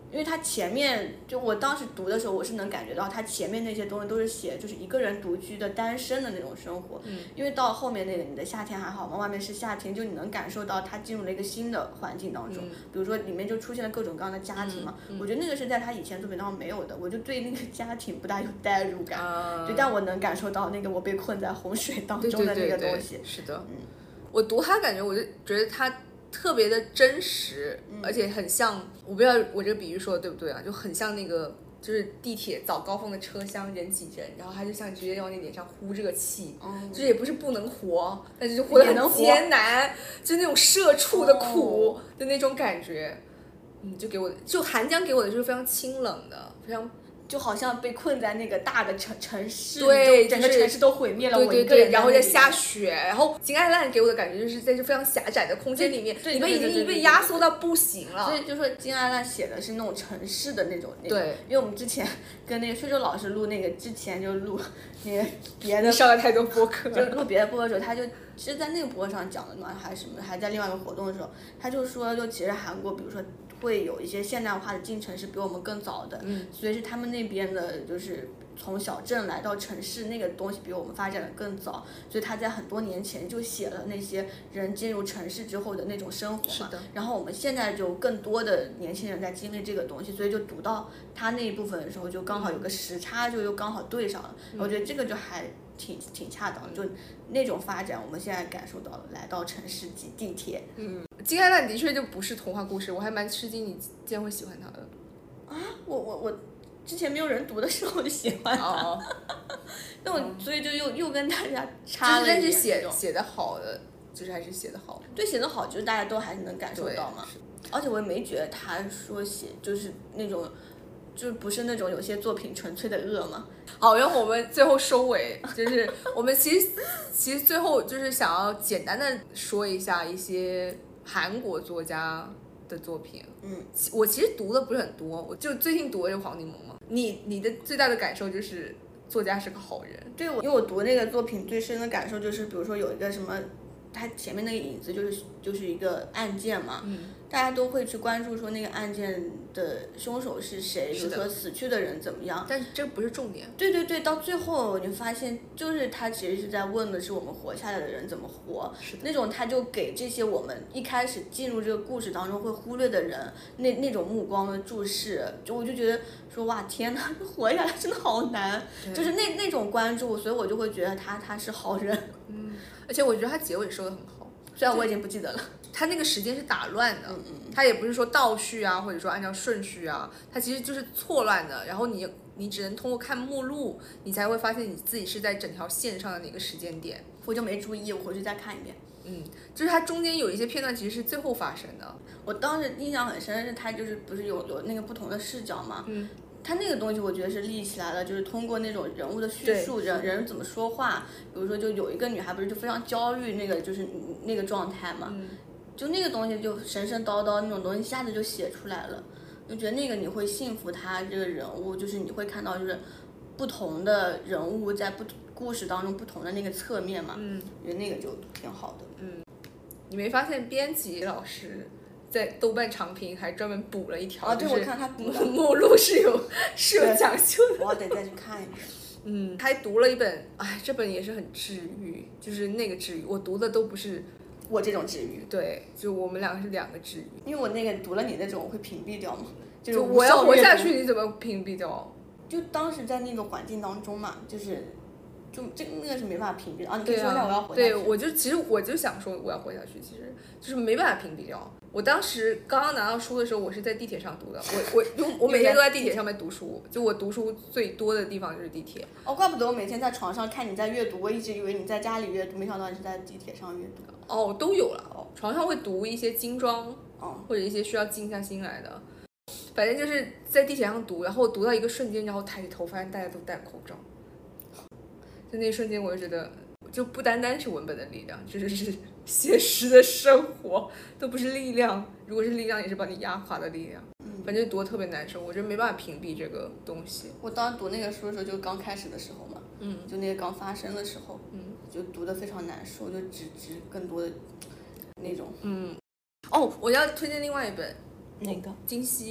因为他前面就我当时读的时候，我是能感觉到他前面那些东西都是写就是一个人独居的单身的那种生活。 嗯， 因为到后面那个你的夏天还好吗？外面是夏天，就你能感受到他进入了一个新的环境当中。 嗯、 比如说里面就出现了各种各样的家庭嘛， 嗯嗯、 我觉得那个是在他以前作品当中没有的，我就对那个家庭不大有代入感。 啊、 就但我能感受到那个我被困在洪水当中的那个东西。 对对对对是的， 嗯， 我读他感觉我就觉得他特别的真实， 嗯、 而且很像，我不知道我这个比喻说的对不对啊，就很像那个就是地铁早高峰的车厢人挤人，然后他就像直接往你脸上呼这个气， 嗯、 就是也不是不能活，但是就活得很艰难，就那种社畜的苦的那种感觉。嗯，就给我就韩江给我的就是非常清冷的，非常。 就好像被困在那个大的城城市， 对， 整个城市都毁灭了， 对对对，然后在下雪，然后金爱烂给我的感觉就是在这非常狭窄的空间里面，你们已经被压缩到不行了。 所以就说金爱烂写的是那种城市的那种， 对， 因为我们之前跟那个薛舟老师录那个之前就录那个别的， 上了太多播客， 就录别的播客的时候，他就其实，在那个播客上讲的嘛，还是什么，还在另外一个活动的时候，他就说，就其实韩国，比如说。会有一些现代化的进程是比我们更早的， 嗯， 所以是他们那边的，就是从小镇来到城市那个东西比我们发展的更早，所以他在很多年前就写了那些人进入城市之后的那种生活嘛。 是的。 然后我们现在就更多的年轻人在经历这个东西，所以就读到他那一部分的时候，就刚好有个时差，就又刚好对上了。嗯、我觉得这个就还挺挺恰当，就那种发展，我们现在感受到了，来到城市挤地铁， 嗯。金爱烂的确就不是童话故事，我还蛮吃惊你竟然会喜欢他的。 啊，我我我之前没有人读的时候就喜欢他，哦、那我、嗯、所以就又又跟大家差了一点。 但是写写的好的，就是还是写的好。 对，写的好，就是大家都还是能感受到嘛。而且我也没觉得他说写就是那种，就是不是那种有些作品纯粹的恶嘛。 好，然后我们最后收尾，就是我们其实其实最后就是想要简单的说一下一些韩国作家的作品。 嗯， 我其实读的不是很多，我就最近读的是黄柠檬嘛。你你的最大的感受就是作家是个好人。 对，我因为我读那个作品最深的感受就是，比如说有一个什么，它前面那个影子就是就是一个案件嘛， 嗯， 大家都会去关注说那个案件的凶手是谁，比如说死去的人怎么样， 但是这不是重点。 对对对，到最后你发现，就是他其实是在问的是我们活下来的人怎么活，那种他就给这些我们一开始进入这个故事当中会忽略的人，那那种目光的注视，就我就觉得说哇天哪，活下来真的好难，就是那那种关注，所以我就会觉得他他是好人。 嗯，而且我觉得他结尾收的很好， 虽然我已经不记得了。 他那个时间是打乱的， 嗯嗯， 他也不是说倒叙啊，或者说按照顺序啊，他其实就是错乱的。然后你你只能通过看目录，你才会发现你自己是在整条线上的哪个时间点。 我就没注意，我回去再看一遍。 嗯，就是它中间有一些片段其实是最后发生的。 我当时印象很深的是，他就是不是有有那个不同的视角嘛？ 嗯。 他那个东西我觉得是立起来了，就是通过那种人物的叙述，人人怎么说话，比如说就有一个女孩不是就非常焦虑那个就是那个状态嘛。 嗯。 就那个东西就神神叨叨那种东西一下子就写出来了，就觉得那个你会信服他这个人物，就是你会看到就是不同的人物在不故事当中不同的那个侧面嘛， 嗯， 觉得那个就挺好的。 嗯，你没发现编辑老师在豆瓣长评还专门补了一条， 啊，对，我看他补的目录是有是有讲究的， 我得再去看一遍。 嗯，还读了一本，哎，这本也是很治愈，就是那个治愈，我读的都不是。 我这种治愈， 对，就我们两个是两个治愈。 因为我那个读了你那种，我会屏蔽掉嘛， 就是我要活下去，你怎么屏蔽掉？ 就当时在那个环境当中嘛，就是就这那个是没办法屏蔽的啊。你可以说一下我要活下去。 对，我就其实我就想说我要活下去，其实就是没办法屏蔽掉。我当时刚刚拿到书的时候，我是在地铁上读的。我我我每天都在地铁上面读书，就我读书最多的地方就是地铁。 哦，怪不得我每天在床上看你在阅读，我一直以为你在家里阅读，没想到你是在地铁上阅读。 哦，都有了。哦，床上会读一些精装， 哦， 或者一些需要静下心来的。反正就是在地铁上读，然后读到一个瞬间，然后抬起头发现大家都戴口罩。就那一瞬间，我就觉得，就不单单是文本的力量，就是是现实的生活都不是力量。如果是力量，也是把你压垮的力量。 嗯， 反正读得特别难受，我觉得没办法屏蔽这个东西。 我当时读那个书的时候，就刚开始的时候嘛， 嗯， 就那个刚发生的时候， 嗯， 就读得非常难受，就只只更多的那种。 嗯，哦，我要推荐另外一本， 哪个？ 金熙。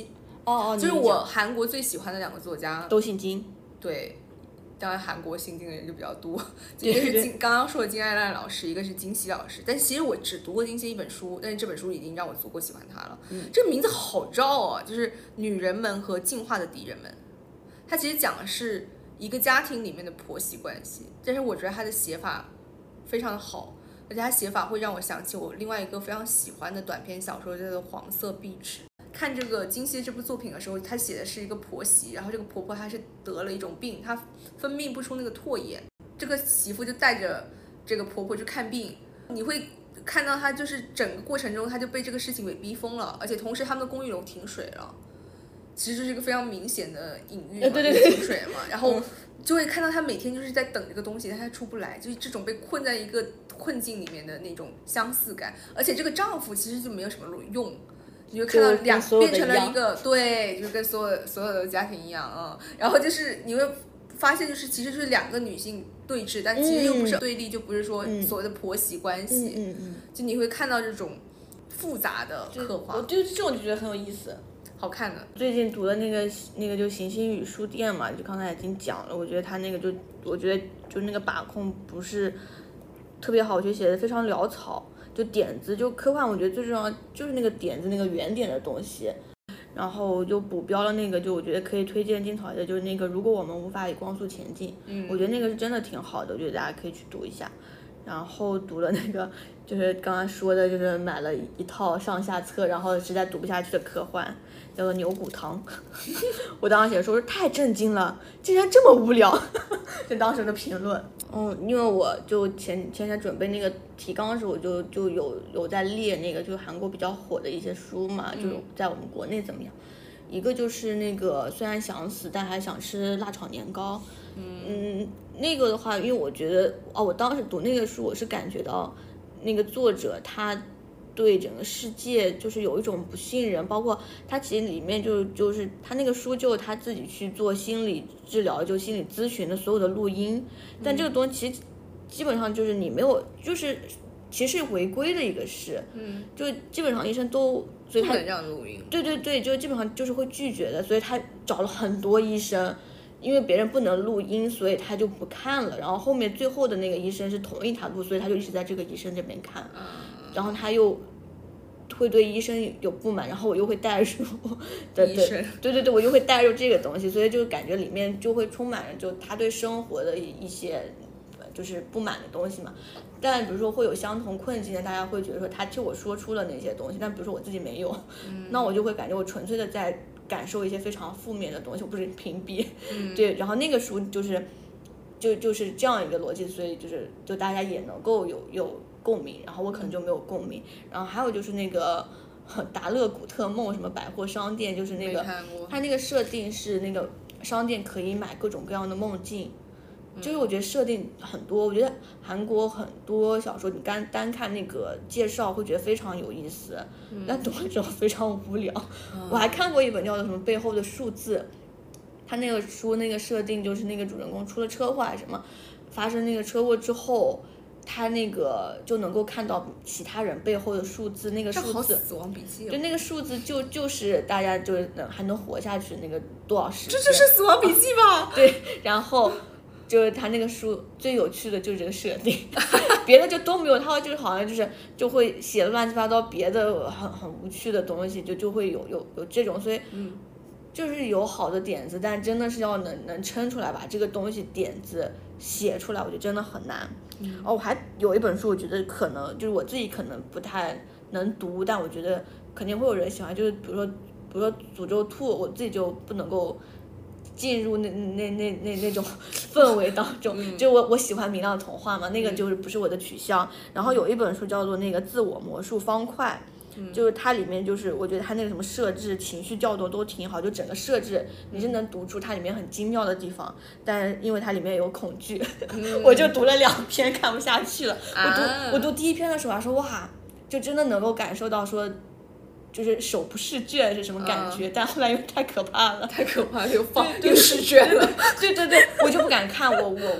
哦哦， 就是我韩国最喜欢的两个作家都姓金。 对，当然韩国姓金的人就比较多，一个是金刚刚说的金爱烂老师，一个是金熙老师。但其实我只读过金熙一本书，但是这本书已经让我足够喜欢他了。嗯，这个名字好绕啊，就是女人们和进化的敌人们。它其实讲的是一个家庭里面的婆媳关系，但是我觉得他的写法非常的好，而且他写法会让我想起我另外一个非常喜欢的短篇小说，叫做《黄色壁纸》。看这个金熙这部作品的时候，他写的是一个婆媳，然后这个婆婆她是得了一种病，她分泌不出那个唾液，这个媳妇就带着这个婆婆去看病，你会看到她就是整个过程中她就被这个事情给逼疯了，而且同时他们的公寓楼停水了，其实就是一个非常明显的隐喻嘛， 对对对， 停水嘛，然后就会看到她每天就是在等这个东西，但她出不来，就是这种被困在一个困境里面的那种相似感，而且这个丈夫其实就没有什么用。你就看到两变成了一个对，就跟所有所有的家庭一样啊、嗯。然后就是你会发现，就是其实就是两个女性对峙，但其实又不是对立，嗯、就不是说所谓的婆媳关系。 嗯嗯嗯。 就你会看到这种复杂的刻画。 我就这种就觉得很有意思， 好看的。 最近读的那个那个就行星语书店嘛，就刚才已经讲了，我觉得他那个就我觉得就那个把控不是特别好，我觉得写的非常潦草。就点子，就科幻，我觉得最重要就是那个点子，那个原点的东西。然后就补标了那个，就我觉得可以推荐金草的，就是那个如果我们无法以光速前进，嗯，我觉得那个是真的挺好的，我觉得大家可以去读一下。然后读了那个，就是刚刚说的，就是买了一套上下册，然后实在读不下去的科幻，叫做《牛骨汤》。我当时写说太震惊了，竟然这么无聊，就当时的评论。嗯，因为我就前前天准备那个提纲的时候，我就就有有在列那个就韩国比较火的一些书嘛，嗯、就是在我们国内怎么样。一个就是那个虽然想死，但还想吃辣炒年糕。嗯, 嗯，那个的话，因为我觉得哦，我当时读那个书，我是感觉到那个作者他对整个世界就是有一种不信任，包括他其实里面就就是他那个书就他自己去做心理治疗，就心理咨询的所有的录音，但这个东西其实基本上就是你没有，就是其实是违规的一个事，嗯，就基本上医生都所以他不能让录音， 对对对，就基本上就是会拒绝的，所以他找了很多医生。因为别人不能录音，所以他就不看了。然后后面最后的那个医生是同意他录，所以他就一直在这个医生这边看。然后他又会对医生有不满，然后我又会带入对对对对对，我又会带入这个东西，所以就感觉里面就会充满了就他对生活的一些就是不满的东西嘛。但比如说会有相同困境的，大家会觉得说他替我说出了那些东西，但比如说我自己没有，嗯、那我就会感觉我纯粹的在感受一些非常负面的东西，我不是屏蔽，嗯、对。然后那个书就是就就是这样一个逻辑，所以就是就大家也能够有有共鸣，然后我可能就没有共鸣。然后还有就是那个达乐古特梦什么百货商店，就是那个它那个设定是那个商店可以买各种各样的梦境。就是我觉得设定很多，我觉得韩国很多小说，你单单看那个介绍会觉得非常有意思，嗯、但读了之后非常无聊。嗯、我还看过一本叫做什么背后的数字，他那个书那个设定就是那个主人公出了车祸还是什么，发生那个车祸之后，他那个就能够看到其他人背后的数字，那个数字死亡笔记， 就那个数字就就是大家就是还能活下去那个多少时间， 这就是死亡笔记吧？ 对，然后。就是他那个书最有趣的就是这个设定，别的就都没有，他就是好像就是就会写乱七八糟别的很很无趣的东西，就就会有有有这种，所以就是有好的点子，但真的是要能能撑出来把这个东西点子写出来，我觉得真的很难。嗯、哦，我还有一本书，我觉得可能就是我自己可能不太能读，但我觉得肯定会有人喜欢，就是比如说比如说诅咒兔，我自己就不能够。进入那那那那那种氛围当中，嗯、就我我喜欢明亮的童话嘛，那个就是不是我的取向。嗯、然后有一本书叫做那个自我魔术方块，嗯、就是它里面就是我觉得它那个什么设置、情绪调度都挺好，就整个设置你是能读出它里面很精妙的地方，但因为它里面有恐惧，嗯、我就读了两篇看不下去了。啊、我读我读第一篇的时候还说哇，就真的能够感受到说。就是手不释卷是什么感觉？嗯、但后来因为太可怕了， 太可怕了，又放又释卷了。 对对对，我就不敢看。我我我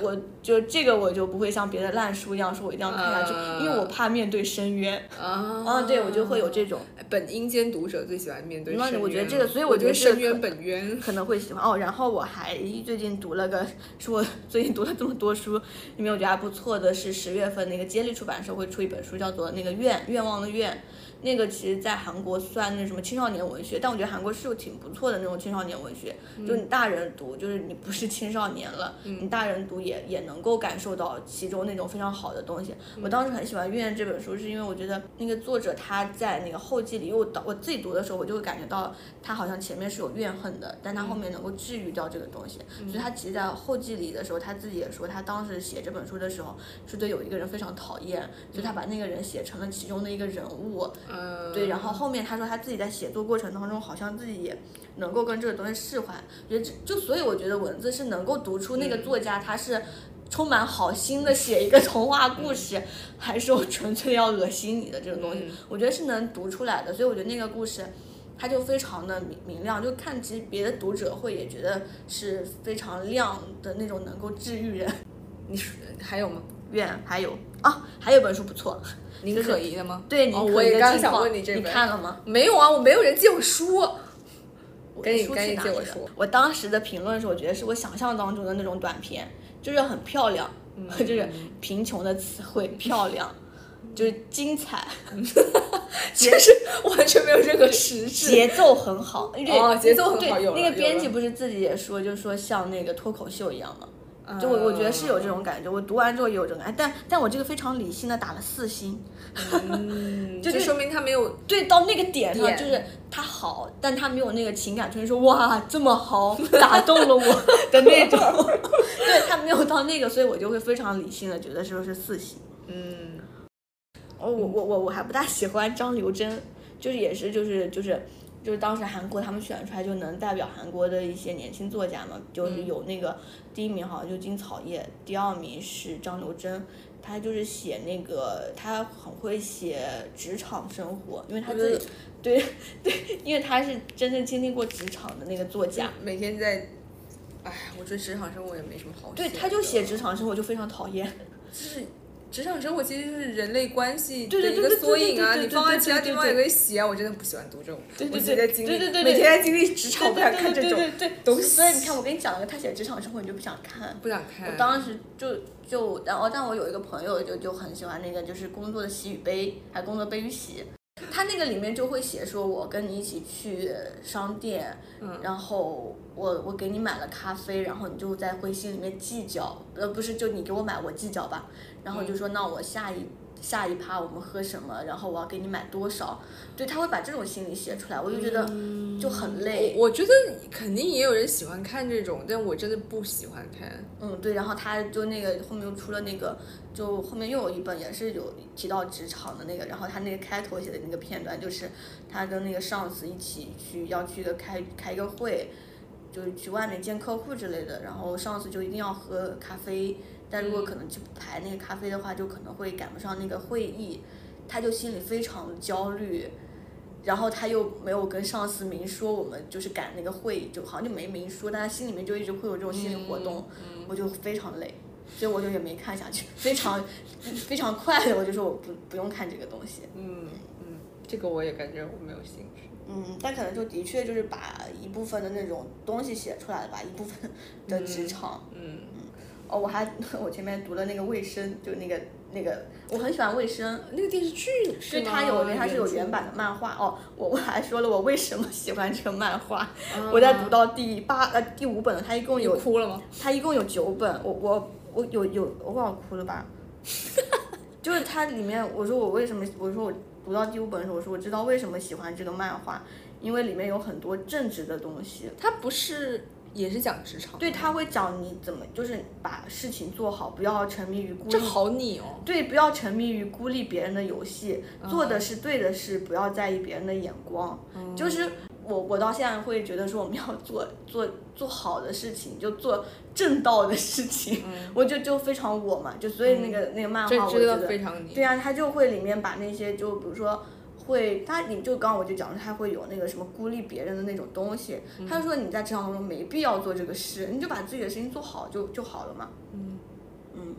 就这个我就不会像别的烂书一样说我一定要看下去， 啊、 因为我怕面对深渊啊。 啊，对我就会有这种。 本阴间读者最喜欢面对深渊， 我觉得这个，所以我觉得深渊本渊可能会喜欢哦。然后我还最近读了个，是我最近读了这么多书里面我觉得还不错的是十月份那个接力出版社会出一本书，叫做那个愿愿望的愿。那个其实在韩国算那什么青少年文学，但我觉得韩国是有挺不错的那种青少年文学，嗯、就你大人读，就是你不是青少年了， 嗯、 你大人读也也能够感受到其中那种非常好的东西。嗯、我当时很喜欢《愿》这本书，是因为我觉得那个作者他在那个后记里，因为我我自己读的时候，我就会感觉到他好像前面是有怨恨的，但他后面能够治愈掉这个东西。嗯、所以他其实在后记里的时候，他自己也说，他当时写这本书的时候，是对有一个人非常讨厌，所以他把那个人写成了其中的一个人物。 嗯、 对，然后。然后后面他说他自己在写作过程当中好像自己也能够跟这个东西释怀，觉得就所以我觉得文字是能够读出那个作家他是充满好心的写一个童话故事，还是我纯粹要恶心你的这种东西，我觉得是能读出来的。所以我觉得那个故事它就非常的明明亮，就看其实别的读者会也觉得是非常亮的那种，能够治愈人。 你还有吗？ 愿还有啊，还有本书不错。 宁可怡的吗？ 对， 哦，我也刚想问你这本， 你看了吗？ 没有啊，我没有人借我书。赶紧赶紧借我书。我当时的评论是，我觉得是我想象当中的那种短片，就是很漂亮，嗯、就是贫穷的词汇漂亮，嗯、就是精彩， 其实完全没有任何实质， 节奏很好。 哦，节奏很好，有那个编辑不是自己也说，就是说像那个脱口秀一样吗？就我我觉得是有这种感觉，我读完之后也有这种感觉，但但我这个非常理性的打了四星， 嗯、就说明他没有对到那个点上，就是他好，但他没有那个情感出现说哇这么好，打动了我的那种，对他没有到那个，所以我就会非常理性的觉得说是四星。 嗯， 哦，我我我我还不大喜欢张刘真，就是也是就是就是。就是当时韩国他们选出来就能代表韩国的一些年轻作家嘛，就是有那个第一名好像就金草叶，第二名是张刘真，他就是写那个他很会写职场生活，因为他自己对对，因为他是真正经历过职场的那个作家， 每天在，哎，我觉得职场生活也没什么好写的。 对，他就写职场生活就非常讨厌， 就是。职场生活其实就是人类关系的一个缩影啊，你放在其他地方也可以写啊。我真的不喜欢读这种，我自己在经历，每天在经历职场，不想看这种东西。 所以你看，我跟你讲了个他写职场生活，你就不想看， 不想看。 我当时就就，然后但我有一个朋友就就很喜欢那个，就是工作的喜与悲，还工作悲与喜。他那个里面就会写说，我跟你一起去商店， 嗯、 然后我我给你买了咖啡，然后你就在回信里面计较，呃不是就你给我买我计较吧，然后就说、嗯、那我下一下一趴我们喝什么，然后我要给你买多少，对他会把这种心理写出来，我就觉得就很累。 嗯、我, 我觉得肯定也有人喜欢看这种，但我真的不喜欢看。 嗯，对，然后他就那个后面又出了那个。就后面又有一本也是有提到职场的那个，然后他那个开头写的那个片段就是他跟那个上司一起去要去一个开开一个会，就是去外面见客户之类的，然后上司就一定要喝咖啡，但如果可能去排那个咖啡的话，就可能会赶不上那个会议，他就心里非常的焦虑，然后他又没有跟上司明说我们就是赶那个会，就好像就没明说，但他心里面就一直会有这种心理活动， 嗯嗯、 我就非常累。所以我就也没看下去，非常非常快的，我就说我不不用看这个东西。 嗯嗯，这个我也感觉我没有兴趣。 嗯，但可能就的确就是把一部分的那种东西写出来了吧，一部分的职场。 嗯 嗯, 嗯。哦，我还我前面读了那个卫生，就那个那个，我很喜欢卫生那个电视剧， 对，它有它是有原版的漫画哦。我我还说了我为什么喜欢这个漫画， 嗯、 我在读到第八呃第五本了，它一共有你哭了吗？ 它一共有九本，我我。我有有我忘了哭了吧，就是它里面我说我为什么我说我读到第五本的时候我说我知道为什么喜欢这个漫画，因为里面有很多正直的东西。 它不是也是讲职场？ 对，它会讲你怎么就是把事情做好，不要沉迷于孤立。 这好你哦。 对，不要沉迷于孤立别人的游戏， 嗯、 做的是对的事，不要在意别人的眼光。 嗯、 就是我我到现在会觉得说我们要做做做好的事情，就做正道的事情， 嗯、 我就就非常我嘛，就所以那个、嗯、那个漫画我觉得非常你。 对啊，他就会里面把那些就比如说。会，他你就刚刚我就讲了，他会有那个什么孤立别人的那种东西。 嗯、 他就说你在职场当中没必要做这个事，你就把自己的事情做好就就好了嘛。 嗯嗯，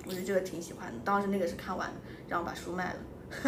我就这个挺喜欢的。当时那个是看完，然后把书卖了。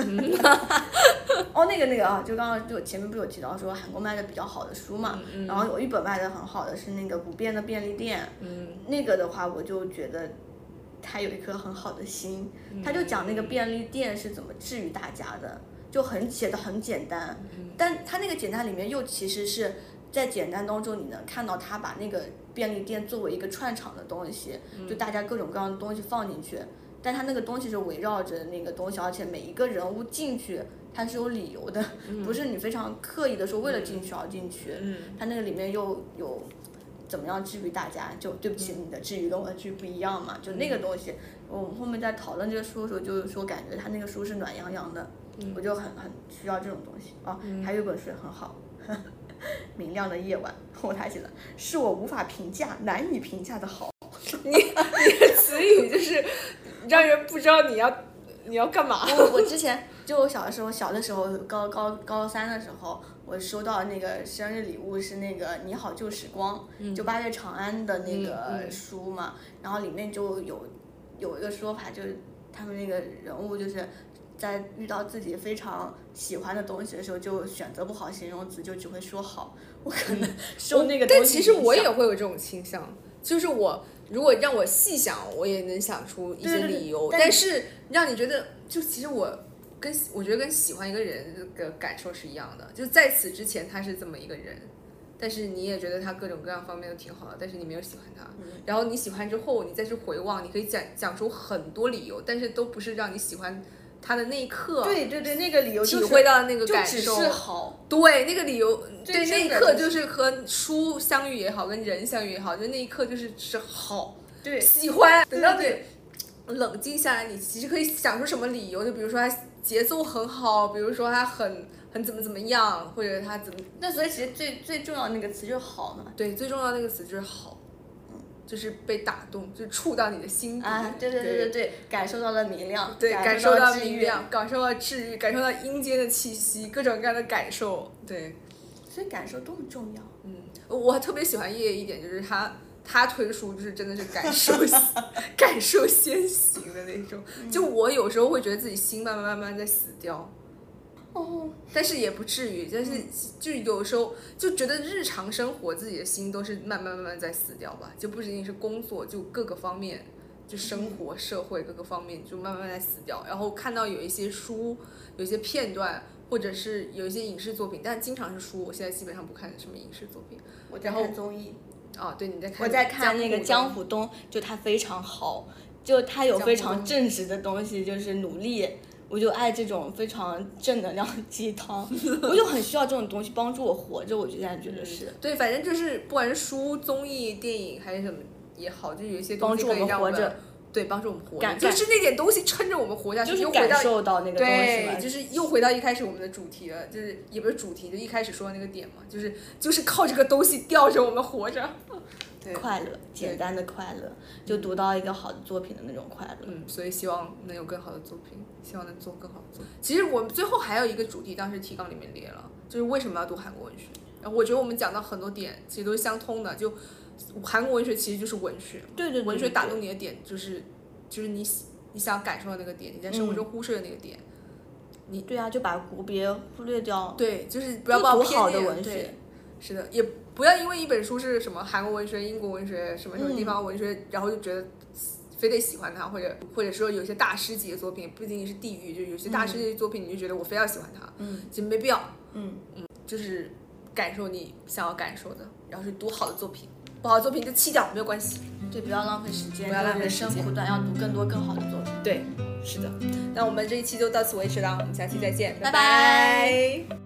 哦，那个那个啊，就刚刚就前面不是有提到说韩国卖的比较好的书嘛， 嗯嗯、 然后有一本卖的很好的是那个不变的便利店， 嗯， 那个的话我就觉得他有一颗很好的心，他就讲那个便利店是怎么治愈大家的，就很写的很简单， 嗯、 但他那个简单里面又其实是在简单当中你能看到他把那个便利店作为一个串场的东西，就大家各种各样的东西放进去。但他那个东西是围绕着那个东西，而且每一个人物进去他是有理由的， 嗯、 不是你非常刻意的说为了进去而进去。 嗯， 他那个里面又有怎么样治愈大家，就对不起，你的治愈跟我的治愈不一样嘛，就那个东西，我们后面在讨论这个书的时候，就是说感觉他那个书是暖洋洋的， 嗯、 我就很很需要这种东西啊。嗯、还有一本书也很好，呵呵明亮的夜晚，我还记得，是我无法评价、难以评价的好。 你你的词语就是让人不知道你要你要干嘛。 我我之前就我小的时候，小的时候高高高三的时候，我收到那个生日礼物是那个《你好旧时光》， 嗯、 就八月长安的那个书嘛，嗯嗯、然后里面就有有一个说法，就是他们那个人物就是在遇到自己非常喜欢的东西的时候，就选择不好形容词，就只会说好。我可能受那个东西、 嗯、但其实我也会有这种倾向，就是我。如果让我细想，我也能想出一些理由， 对对对， 但是让你觉得，就其实我跟我觉得跟喜欢一个人的感受是一样的，就在此之前他是这么一个人，但是你也觉得他各种各样方面都挺好的，但是你没有喜欢他， 嗯、 然后你喜欢之后，你再去回望，你可以讲讲出很多理由，但是都不是让你喜欢他的那一刻， 对对对，那个理由、就是、 体会到那个感受， 就只是好， 对那个理由，对那一刻就是和书相遇也好，跟人相遇也好，就那一刻就是是好。 对， 喜欢， 等到你冷静下来，你其实可以想出什么理由，就比如说他节奏很好，比如说他很很怎么怎么样，或者他怎么…… 那所以其实最最重要的那个词就是好嘛。 对，最重要的那个词就是好，嗯，就是被打动，就是触到你的心底啊！对对对对对，感受到了明亮， 对， 感受到明亮，感受到治愈，感受到阴间的气息，各种各样的感受，对， 所以感受多么重要。 嗯，我特别喜欢叶一点，就是他。他推书就是真的是感受感受先行的那种，就我有时候会觉得自己心慢慢慢慢在死掉， 哦， 但是也不至于，但是就有时候就觉得日常生活自己的心都是慢慢慢慢在死掉吧，就不仅仅是工作，就各个方面，就生活社会各个方面就慢慢在死掉，然后看到有一些书，有一些片段。或者是有一些影视作品，但经常是书，我现在基本上不看什么影视作品。 我在看综艺。 哦，对，你在看。 我在看那个江湖东，就它非常好，就它有非常正直的东西，就是努力。我就爱这种非常正能量的鸡汤，我就很需要这种东西帮助我活着。我现在觉得是、 嗯。对，反正就是不管是书、综艺、电影还是什么也好，就有一些东西可以让我们活着。 对，帮助我们活着，就是那点东西撑着我们活下去， 就是感受到那个东西对，就是又回到一开始我们的主题了，就是也不是主题，就一开始说的那个点嘛，就是就是靠这个东西吊着我们活着，对， 快乐，简单的快乐，就读到一个好的作品的那种快乐。 嗯，所以希望能有更好的作品，希望能做更好的作品。其实我们最后还有一个主题，当时提纲里面列了，就是为什么要读韩国文学。然后我觉得我们讲到很多点，其实都是相通的，就韩国文学其实就是文学， 对对对对， 文学打动你的点就是。就是你你想感受的那个点，你在生活中忽视的那个点，嗯、你对啊，就把国别忽略掉。 对，就是不要把我好的文学， 是的，也不要因为一本书是什么韩国文学、英国文学什么什么地方文学，嗯、然后就觉得非得喜欢它，或者或者说有些大师级的作品，不仅仅是地域，就有些大师级的作品，你就觉得我非要喜欢它， 嗯， 其实没必要， 嗯嗯，就是感受你想要感受的，然后去读好的作品。不好的作品就弃掉，没有关系。 对，不要浪费时间， 不要浪费时间，人生苦短，要读更多更好的作品。 对，是的。那我们这一期就到此为止了，我们下期再见， 拜拜。拜拜。